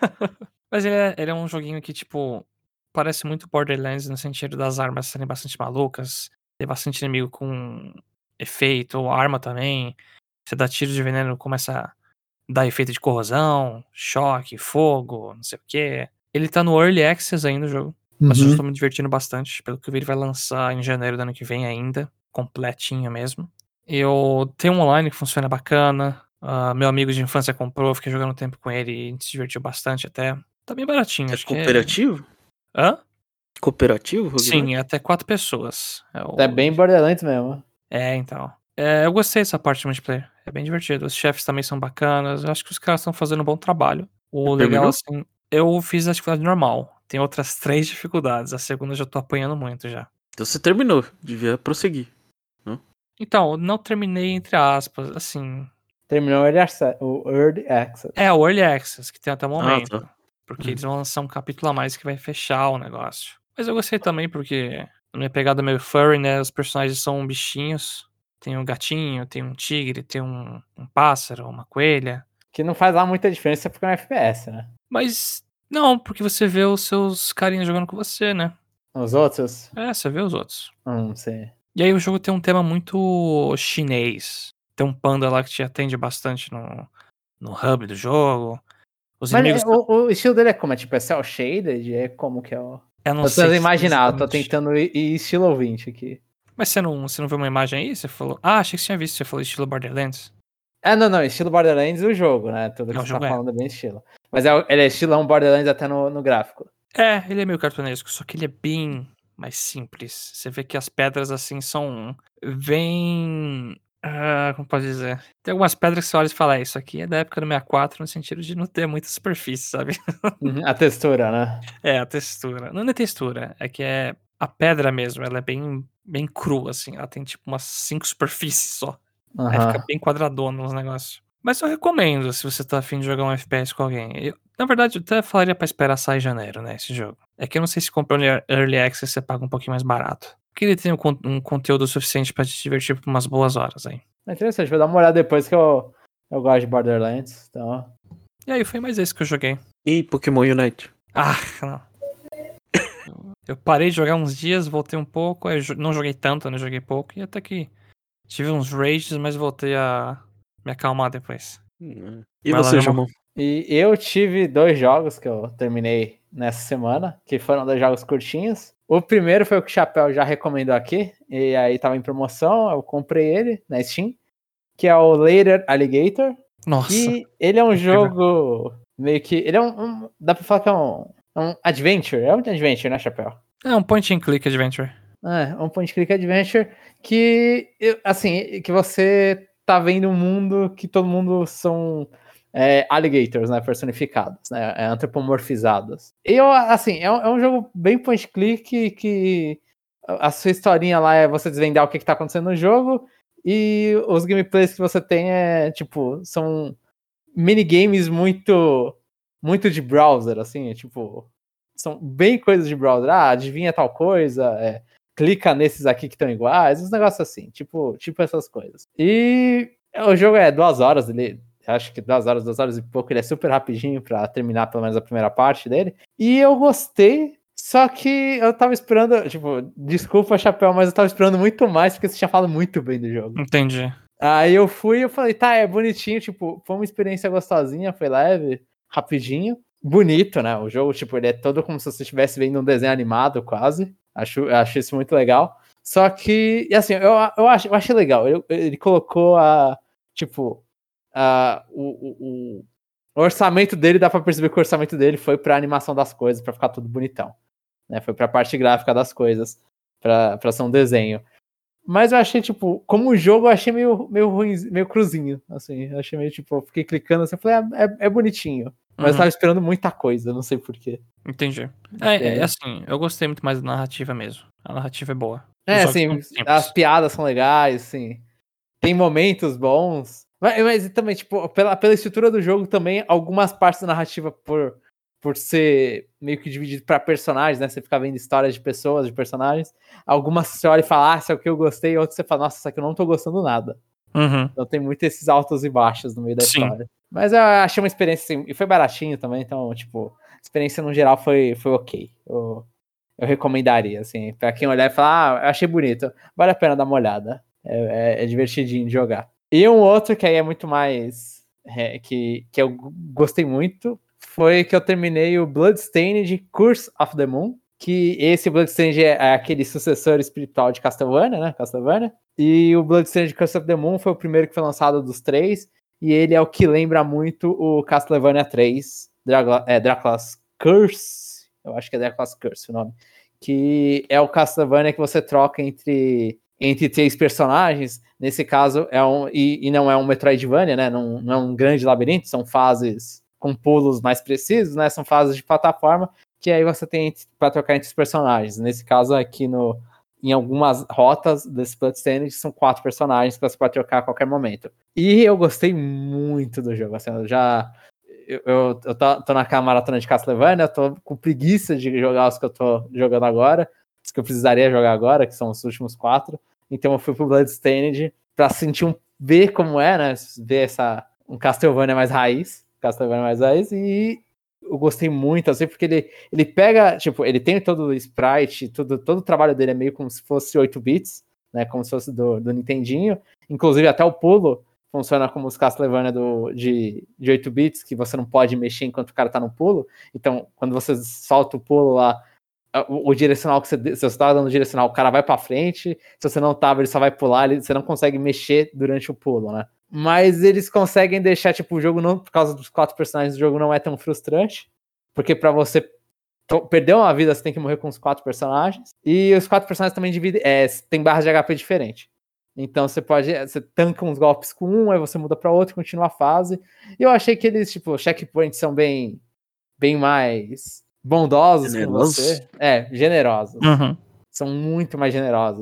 [SPEAKER 3] Mas ele é, ele é um joguinho que, tipo, parece muito Borderlands no sentido das armas serem bastante malucas, ter bastante inimigo com efeito, ou arma também. Você dá tiro de veneno, começa a dar efeito de corrosão, choque, fogo, não sei o quê. Ele tá no Early Access ainda o jogo. Mas eu
[SPEAKER 2] Uhum.
[SPEAKER 3] estou me divertindo bastante. Pelo que eu vi, ele vai lançar em janeiro do ano que vem ainda. Completinho mesmo. Eu tenho um online que funciona bacana. Ah, meu amigo de infância comprou, fiquei jogando tempo com ele e a gente se divertiu bastante até. Tá bem baratinho,
[SPEAKER 1] É
[SPEAKER 3] acho que é.
[SPEAKER 1] cooperativo?
[SPEAKER 3] Hã?
[SPEAKER 1] Cooperativo? roguelike?
[SPEAKER 3] Sim, é até quatro pessoas. É, o...
[SPEAKER 2] É bem Borderlands mesmo.
[SPEAKER 3] é então. É, eu gostei dessa parte de multiplayer. É bem divertido. Os chefes também são bacanas. Eu acho que os caras estão fazendo um bom trabalho. O
[SPEAKER 1] Você
[SPEAKER 3] legal,
[SPEAKER 1] terminou?
[SPEAKER 3] assim, eu fiz a dificuldade normal. Tem outras três dificuldades. A segunda eu já tô apanhando muito já.
[SPEAKER 1] Então você terminou. Devia prosseguir.
[SPEAKER 3] Então, eu não terminei entre aspas, assim.
[SPEAKER 2] Terminou o Early Access. O Early Access.
[SPEAKER 3] É o Early Access que tem até o momento.
[SPEAKER 1] Ah, tá.
[SPEAKER 3] Porque
[SPEAKER 1] Uhum.
[SPEAKER 3] eles vão lançar um capítulo a mais que vai fechar o negócio. Mas eu gostei também porque a minha pegada é meio furry, né? Os personagens são bichinhos. Tem um gatinho, tem um tigre, tem um, um pássaro, uma coelha.
[SPEAKER 2] Que não faz lá muita diferença porque é um F P S, né?
[SPEAKER 3] Mas não, porque você vê os seus carinhas jogando com você, né?
[SPEAKER 2] Os outros,
[SPEAKER 3] É, você vê os outros.
[SPEAKER 2] não sei.
[SPEAKER 3] E aí o jogo tem um tema muito chinês. Tem um panda lá que te atende bastante no, no hub do jogo. Os
[SPEAKER 2] Mas
[SPEAKER 3] inimigos.
[SPEAKER 2] é, o, o estilo dele é como? É tipo, é cel shaded? É como que é o...
[SPEAKER 3] Eu não
[SPEAKER 2] Eu tô
[SPEAKER 3] sei
[SPEAKER 2] tentando imaginar, eu tô
[SPEAKER 3] exatamente.
[SPEAKER 2] tentando ir, ir estilo ouvinte aqui.
[SPEAKER 3] Mas você não, você não viu uma imagem aí? Você falou. Ah, achei que você tinha visto. Você falou estilo Borderlands.
[SPEAKER 2] Ah, não, não, estilo Borderlands o jogo, né? Tudo que
[SPEAKER 3] Não, o
[SPEAKER 2] você
[SPEAKER 3] jogo
[SPEAKER 2] tá
[SPEAKER 3] é.
[SPEAKER 2] falando é bem estilo. Mas é, o- ele é estilão Borderlands até no, no gráfico.
[SPEAKER 3] É, ele é meio cartunesco, só que ele é bem mais simples. Você vê que as pedras, assim, são bem. Ah, como pode dizer? Tem algumas pedras que você olha e fala, "É, isso aqui é da época do sessenta e quatro, no sentido de não ter muita superfície, sabe?
[SPEAKER 2] Uhum, a textura, né?
[SPEAKER 3] É, a textura. Não é textura, é que é a pedra mesmo, ela é bem, bem crua, assim. Ela tem tipo umas cinco superfícies só.
[SPEAKER 2] Aham.
[SPEAKER 3] Aí fica bem quadradona os negócios. Mas eu recomendo se você tá afim de jogar um F P S com alguém. Eu, na verdade, eu até falaria pra esperar sair em janeiro, né, esse jogo. É que eu não sei se compra um Early Access você paga um pouquinho mais barato. Porque ele tem um, con- um conteúdo suficiente pra te divertir por umas boas horas aí.
[SPEAKER 2] É interessante, vou dar uma olhada depois que eu, eu gosto de Borderlands. Então.
[SPEAKER 3] E aí foi mais esse que eu joguei.
[SPEAKER 1] E Pokémon Unite.
[SPEAKER 3] Ah, não. Eu parei de jogar uns dias, voltei um pouco, aí eu jo- não joguei tanto, né? Joguei pouco, e até que tive uns rages, mas voltei a me acalmar depois.
[SPEAKER 1] Hum. E
[SPEAKER 3] Vai lá,
[SPEAKER 1] você,
[SPEAKER 3] Jamon.
[SPEAKER 1] Jamon?
[SPEAKER 2] E eu tive dois jogos que eu terminei nessa semana, que foram dois jogos curtinhos. O primeiro foi o que o Chapéu já recomendou aqui, e aí tava em promoção, eu comprei ele na Steam, que é o Later Alligator.
[SPEAKER 3] Nossa.
[SPEAKER 2] Que ele é um
[SPEAKER 3] incrível.
[SPEAKER 2] jogo meio que. Ele é um, um- Dá pra falar que é um, é um adventure. É um adventure, né, Chapéu?
[SPEAKER 3] É um point and click adventure.
[SPEAKER 2] É, um point click adventure que, eu- assim, que você tá vendo um mundo que todo mundo são é, alligators, né, personificados, né, é, antropomorfizados. E eu, assim, é um, é um jogo bem point click que a sua historinha lá é você desvendar o que, que tá acontecendo no jogo e os gameplays que você tem é, tipo, são minigames muito, muito de browser, assim, é, tipo, são bem coisas de browser. Ah, adivinha tal coisa, é, clica nesses aqui que estão iguais, uns negócios assim, tipo, tipo essas coisas. E o jogo é duas horas, ele, acho que duas horas, duas horas e pouco, ele é super rapidinho pra terminar pelo menos a primeira parte dele. E eu gostei, só que eu tava esperando, tipo, desculpa, Chapéu, mas eu tava esperando muito mais, porque você tinha falado muito bem do jogo.
[SPEAKER 3] Entendi.
[SPEAKER 2] Aí eu fui e eu falei, tá, é bonitinho, tipo, foi uma experiência gostosinha, foi leve, rapidinho. Bonito, né? O jogo, tipo, ele é todo como se você estivesse vendo um desenho animado, quase. Acho, eu acho isso muito legal. Só que, e assim, eu, eu, acho, eu achei legal. Ele, ele colocou a, tipo, a, o, o, o orçamento dele, dá pra perceber que o orçamento dele foi pra animação das coisas, pra ficar tudo bonitão. Né? Foi pra parte gráfica das coisas, pra, pra ser um desenho. Mas eu achei, tipo, como jogo, eu achei meio, meio ruim, meio cruzinho, assim. Eu achei meio, tipo, eu fiquei clicando assim, eu falei, ah, é, é bonitinho. Mas eu
[SPEAKER 3] Uhum.
[SPEAKER 2] tava esperando muita coisa, não sei porquê.
[SPEAKER 3] Entendi. É, é,
[SPEAKER 2] É.
[SPEAKER 3] assim, eu gostei muito mais da narrativa mesmo. A narrativa é boa. Os
[SPEAKER 2] É,
[SPEAKER 3] jogos
[SPEAKER 2] assim,
[SPEAKER 3] são
[SPEAKER 2] as
[SPEAKER 3] simples.
[SPEAKER 2] piadas são legais, assim. Tem momentos bons. Mas, mas também, tipo, pela, pela estrutura do jogo também, algumas partes da narrativa, por, por ser meio que dividido pra personagens, né? Você fica vendo histórias de pessoas, de personagens. Algumas você olha e fala, ah, isso é o que eu gostei. Outras você fala, nossa, isso aqui eu não tô gostando nada.
[SPEAKER 3] Uhum.
[SPEAKER 2] Então tem muito esses altos e baixos no meio da
[SPEAKER 3] Sim.
[SPEAKER 2] história. Mas eu achei uma experiência, assim, e foi baratinho também, então, tipo, a experiência no geral foi, foi ok. Eu, eu recomendaria, assim, pra quem olhar e falar, ah, eu achei bonito, vale a pena dar uma olhada. É, é, é divertidinho de jogar. E um outro que aí é muito mais. É, que, que eu gostei muito foi que eu terminei o Bloodstained Curse of the Moon. Que esse Bloodstained é aquele sucessor espiritual de Castlevania, né? Castlevania. E o Bloodstained Curse of the Moon foi o primeiro que foi lançado dos três. E ele é o que lembra muito o Castlevania três, Dracula, é, Dracula's Curse. Eu acho que é Dracula's Curse o nome. Que é o Castlevania que você troca entre, entre três personagens. Nesse caso, é um. E, e não é um Metroidvania, né? Não, não é um grande labirinto, são fases com pulos mais precisos, né? São fases de plataforma que aí você tem para trocar entre os personagens. Nesse caso, aqui no, em algumas rotas desse Bloodstained, são quatro personagens que você pode trocar a qualquer momento. E eu gostei muito do jogo. Assim, eu já. Eu, eu, eu tô, tô naquela maratona de Castlevania, eu tô com preguiça de jogar os que eu tô jogando agora, os que eu precisaria jogar agora, que são os últimos quatro. Então eu fui pro Bloodstained pra sentir um. Ver como é, né? Ver essa. Um Castlevania mais raiz. Castlevania mais raiz. E eu gostei muito, assim, porque ele, ele pega, tipo, ele tem todo o sprite, tudo, todo o trabalho dele é meio como se fosse oito bits, né, como se fosse do, do Nintendinho, inclusive até o pulo funciona como os Castlevania do, de, de oito bits, que você não pode mexer enquanto o cara tá no pulo, então, quando você solta o pulo lá, o, o direcional que você, se você tá dando direcional, o cara vai pra frente, se você não tava, ele só vai pular, ele, você não consegue mexer durante o pulo, né. Mas eles conseguem deixar, tipo, o jogo não, por causa dos quatro personagens, o jogo não é tão frustrante. Porque pra você to- perder uma vida, você tem que morrer com os quatro personagens. E os quatro personagens também dividem. É, tem barras de H P diferente. Então você pode. Você tanca uns golpes com um, aí você muda pra outro e continua a fase. E eu achei que eles, tipo, checkpoints são bem, bem mais bondosos
[SPEAKER 1] Generosos?
[SPEAKER 2] com você. É, generosos.
[SPEAKER 3] Uhum.
[SPEAKER 2] São muito mais generosos.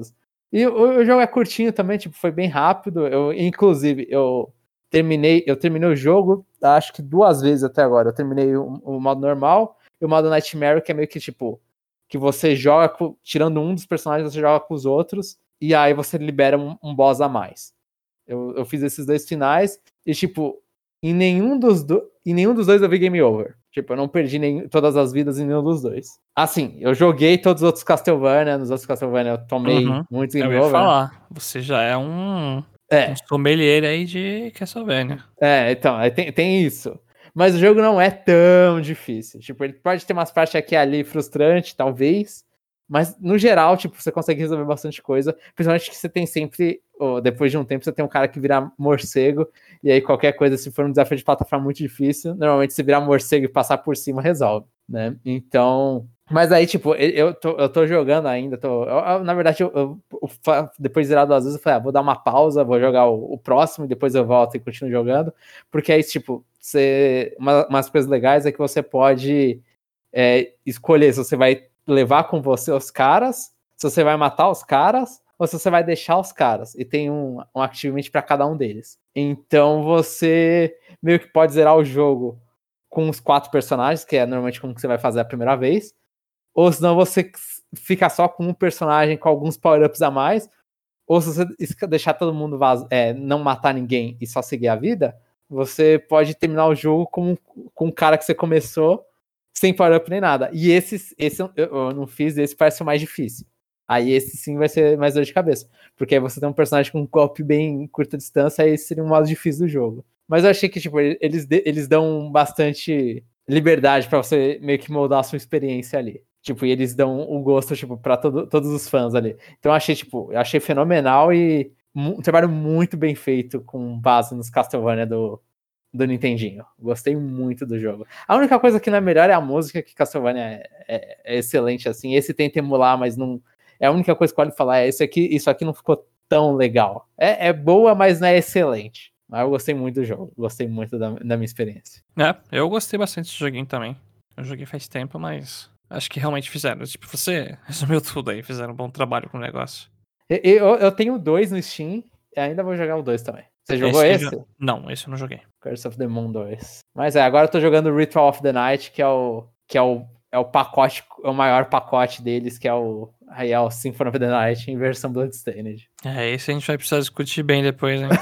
[SPEAKER 2] E o, o jogo é curtinho também, tipo, foi bem rápido. Eu, inclusive, eu terminei, eu terminei o jogo, acho que duas vezes até agora. Eu terminei o, o modo normal e o modo Nightmare, que é meio que tipo, que você joga, com, tirando um dos personagens, você joga com os outros, e aí você libera um, um boss a mais. Eu, eu fiz esses dois finais, e tipo, em nenhum dos, do, em nenhum dos dois eu vi game over. Tipo, eu não perdi nem, todas as vidas em nenhum dos dois. Assim, eu joguei todos os outros Castlevania, nos outros Castlevania eu tomei
[SPEAKER 3] Uhum.
[SPEAKER 2] muito game
[SPEAKER 3] Eu ia
[SPEAKER 2] over.
[SPEAKER 3] falar, você já é um,
[SPEAKER 2] É.
[SPEAKER 3] um sommelier aí de Castlevania.
[SPEAKER 2] É, então, tem, tem isso. Mas o jogo não é tão difícil. Tipo, ele pode ter umas partes aqui e ali frustrantes, talvez. Mas, no geral, tipo, você consegue resolver bastante coisa. Principalmente que você tem sempre, ou depois de um tempo, você tem um cara que vira morcego. E aí qualquer coisa, se for um desafio de plataforma muito difícil, normalmente se virar morcego e passar por cima, resolve, né? Então... Mas aí, tipo, eu tô, eu tô jogando ainda, tô, eu, eu, na verdade, eu, eu, eu, depois de zerar duas vezes, eu falei, ah, vou dar uma pausa, vou jogar o, o próximo, e depois eu volto e continuo jogando, porque aí, tipo, você, uma, umas coisas legais é que você pode é, escolher se você vai levar com você os caras, se você vai matar os caras, ou se você vai deixar os caras, e tem um, um achievement para cada um deles. Então você meio que pode zerar o jogo com os quatro personagens, que é normalmente como que você vai fazer a primeira vez, ou senão você fica só com um personagem com alguns power-ups a mais, ou se você deixar todo mundo vaz... é, não matar ninguém e só seguir a vida, você pode terminar o jogo com, com um cara que você começou sem power-up nem nada. E esse, esse eu, eu não fiz, esse parece o mais difícil. Aí esse sim vai ser mais dor de cabeça, porque aí você tem um personagem com um golpe bem curta distância, aí esse seria um modo difícil do jogo. Mas eu achei que tipo, eles, eles dão bastante liberdade pra você meio que moldar a sua experiência ali. Tipo, e eles dão o gosto, tipo, pra todo, todos os fãs ali. Então eu achei, tipo, eu achei fenomenal e um trabalho muito bem feito com base nos Castlevania do, do Nintendinho. Gostei muito do jogo. A única coisa que não é melhor é a música, que Castlevania é, é, é excelente, assim. Esse tenta emular, mas não... É a única coisa que pode falar, é esse aqui, isso aqui não ficou tão legal. É, é boa, mas não é excelente. Mas eu gostei muito do jogo. Gostei muito da, da minha experiência.
[SPEAKER 3] É, eu gostei bastante desse joguinho também. Eu joguei faz tempo, mas... Acho que realmente fizeram. Tipo, você resumiu tudo aí, fizeram um bom trabalho com o negócio.
[SPEAKER 2] Eu, eu, eu tenho dois no Steam e ainda vou jogar o dois também. Você jogou esse? esse?
[SPEAKER 3] Já... Não, esse eu não joguei.
[SPEAKER 2] Curse of the Moon dois. Mas é, agora eu tô jogando Ritual of the Night, que é o que é o, é o pacote, é o maior pacote deles, que é o, aí é o Symphony of the Night em versão Bloodstained.
[SPEAKER 3] É, esse a gente vai precisar discutir bem depois, hein?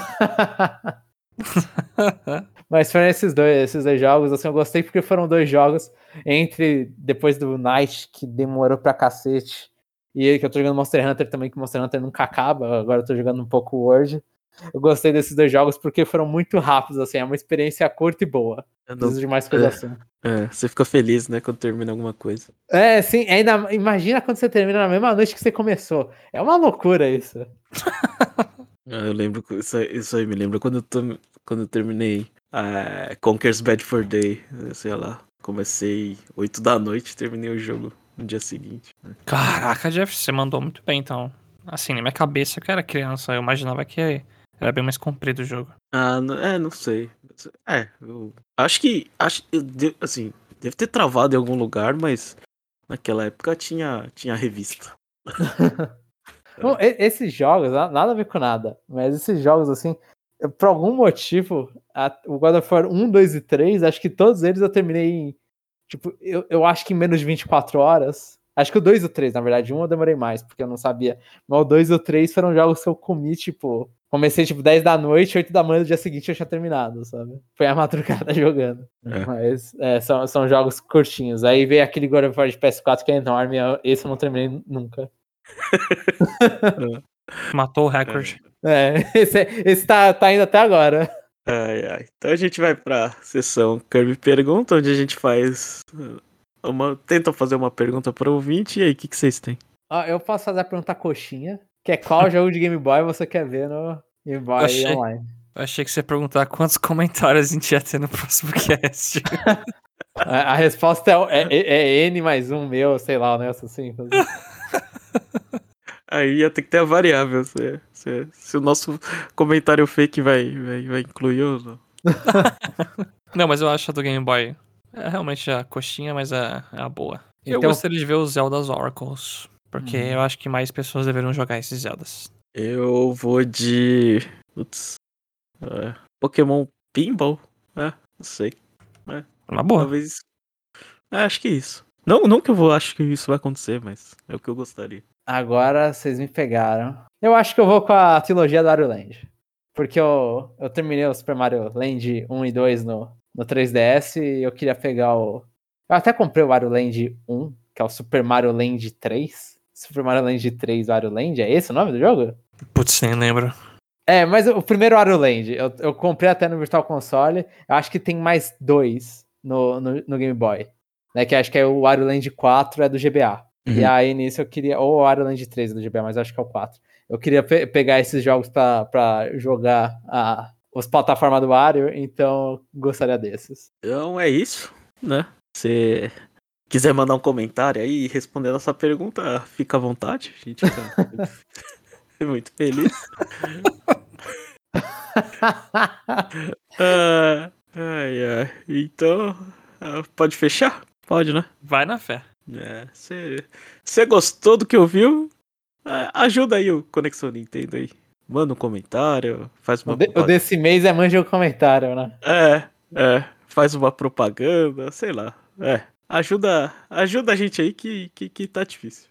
[SPEAKER 2] Mas foram esses dois, esses dois jogos, assim, eu gostei porque foram dois jogos entre, depois do Night, que demorou pra cacete, e aí que eu tô jogando Monster Hunter também, que Monster Hunter nunca acaba, agora eu tô jogando um pouco World. Eu gostei desses dois jogos porque foram muito rápidos, assim, é uma experiência curta e boa. Não preciso de mais coisa
[SPEAKER 1] é,
[SPEAKER 2] assim.
[SPEAKER 1] É, você fica feliz, né, quando termina alguma coisa.
[SPEAKER 2] É, sim, ainda imagina quando você termina na mesma noite que você começou. É uma loucura isso.
[SPEAKER 1] Ah, eu lembro, isso, isso aí me lembra quando eu, tô, quando eu terminei a Conker's Bad for Day, sei lá, comecei oito da noite, terminei o jogo no dia seguinte.
[SPEAKER 3] Caraca, Jeff, você mandou muito bem, então. Assim, na minha cabeça, que eu era criança, eu imaginava que era bem mais comprido o jogo.
[SPEAKER 1] Ah, não, é, não sei. É, eu acho que, acho, eu, assim, deve ter travado em algum lugar, mas naquela época tinha, tinha revista.
[SPEAKER 2] Bom, esses jogos, nada a ver com nada, mas esses jogos, assim, por algum motivo, a, o God of War um, dois e três, acho que todos eles eu terminei em, tipo, eu, eu acho que em menos de vinte e quatro horas. Acho que o dois e o três, na verdade, um eu demorei mais, porque eu não sabia. Mas o dois e o três foram jogos que eu comi, tipo, comecei, tipo, dez da noite, oito da manhã do dia seguinte eu tinha terminado, sabe? Foi a madrugada jogando. É. Mas é, são, são jogos curtinhos. Aí veio aquele God of War de P S quatro que é enorme, esse eu não terminei nunca.
[SPEAKER 3] Matou o recorde.
[SPEAKER 2] É, esse, esse tá, tá indo até agora.
[SPEAKER 1] Ai, ai. Então a gente vai pra sessão Kirby Pergunta, onde a gente faz uma, tenta fazer uma pergunta para o ouvinte. E aí, o que, que vocês têm?
[SPEAKER 2] Ah, eu posso fazer a pergunta coxinha, que é qual jogo de Game Boy você quer ver no Game Boy eu achei, Online?
[SPEAKER 3] Eu achei que você ia perguntar quantos comentários a gente ia ter no próximo cast.
[SPEAKER 2] a, a resposta é, é, é N mais um meu, sei lá, né? Assim.
[SPEAKER 1] Aí ia ter que ter a variável, se, se, se o nosso comentário fake vai, vai, vai incluir ou não.
[SPEAKER 3] Não, mas eu acho a do Game Boy é realmente a coxinha, mas é, é a boa.
[SPEAKER 2] Então,
[SPEAKER 3] eu gostaria de ver os Zelda's Oracles Porque
[SPEAKER 2] Hum.
[SPEAKER 3] eu acho que mais pessoas deveriam jogar esses Zeldas.
[SPEAKER 1] Eu vou de. Putz. É, Pokémon Pinball? É, não sei.
[SPEAKER 3] Uma boa.
[SPEAKER 1] Talvez. É, acho que isso. Não, não que eu vou, acho que isso vai acontecer, mas é o que eu gostaria.
[SPEAKER 2] Agora vocês me pegaram. Eu acho que eu vou com a trilogia do Wario Land. Porque eu, eu terminei o Super Mario Land um e dois no, no três D S e eu queria pegar o... Eu até comprei o Wario Land um, que é o Super Mario Land três. Super Mario Land três Wario Land, é esse o nome do jogo?
[SPEAKER 3] Putz, nem lembro.
[SPEAKER 2] É, mas o primeiro Wario Land, eu, eu comprei até no Virtual Console. Eu acho que tem mais dois no, no, no Game Boy. Né, que acho que é o Wario Land quatro, é do G B A.
[SPEAKER 1] Uhum.
[SPEAKER 2] E aí nisso eu queria... Ou o Wario Land três é do G B A, mas acho que é o quatro. Eu queria pe- pegar esses jogos pra, pra jogar a, as plataformas do Wario, então gostaria desses.
[SPEAKER 1] Então é isso, né? Se quiser mandar um comentário aí e responder a nossa pergunta, fica à vontade. A gente fica muito feliz. Ah, ai, ai. Então, ah, pode fechar? Pode, né?
[SPEAKER 3] Vai na fé.
[SPEAKER 1] Você gostou do que ouviu? Ah, ajuda aí o Conexão Nintendo aí. Manda um comentário, faz
[SPEAKER 2] O,
[SPEAKER 1] uma
[SPEAKER 2] de- o
[SPEAKER 1] propaganda.
[SPEAKER 2] desse mês é manja o comentário, né?
[SPEAKER 1] É, é. Faz uma propaganda, sei lá. É. Ajuda, ajuda a gente aí que, que, que tá difícil.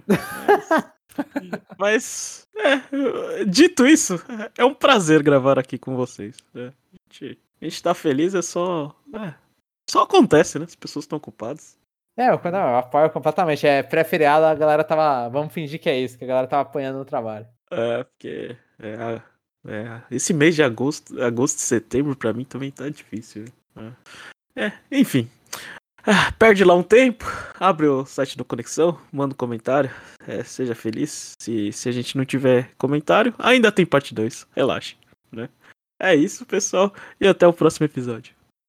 [SPEAKER 1] Mas, mas, é, dito isso, é um prazer gravar aqui com vocês. Né? A, gente, a gente tá feliz, é só. É, só acontece, né? As pessoas estão ocupadas.
[SPEAKER 2] É, eu, não, eu apoio completamente. É pré-feriado, a galera tava... Vamos fingir que é isso, que a galera tava apanhando no trabalho.
[SPEAKER 1] É, porque. É, é, esse mês de agosto, agosto e setembro, pra mim também tá difícil. Né? É, enfim. Ah, perde lá um tempo, abre o site do Conexão, manda um comentário, é, seja feliz. Se, se a gente não tiver comentário, ainda tem parte dois, relaxa, né? É isso, pessoal, e até o próximo episódio.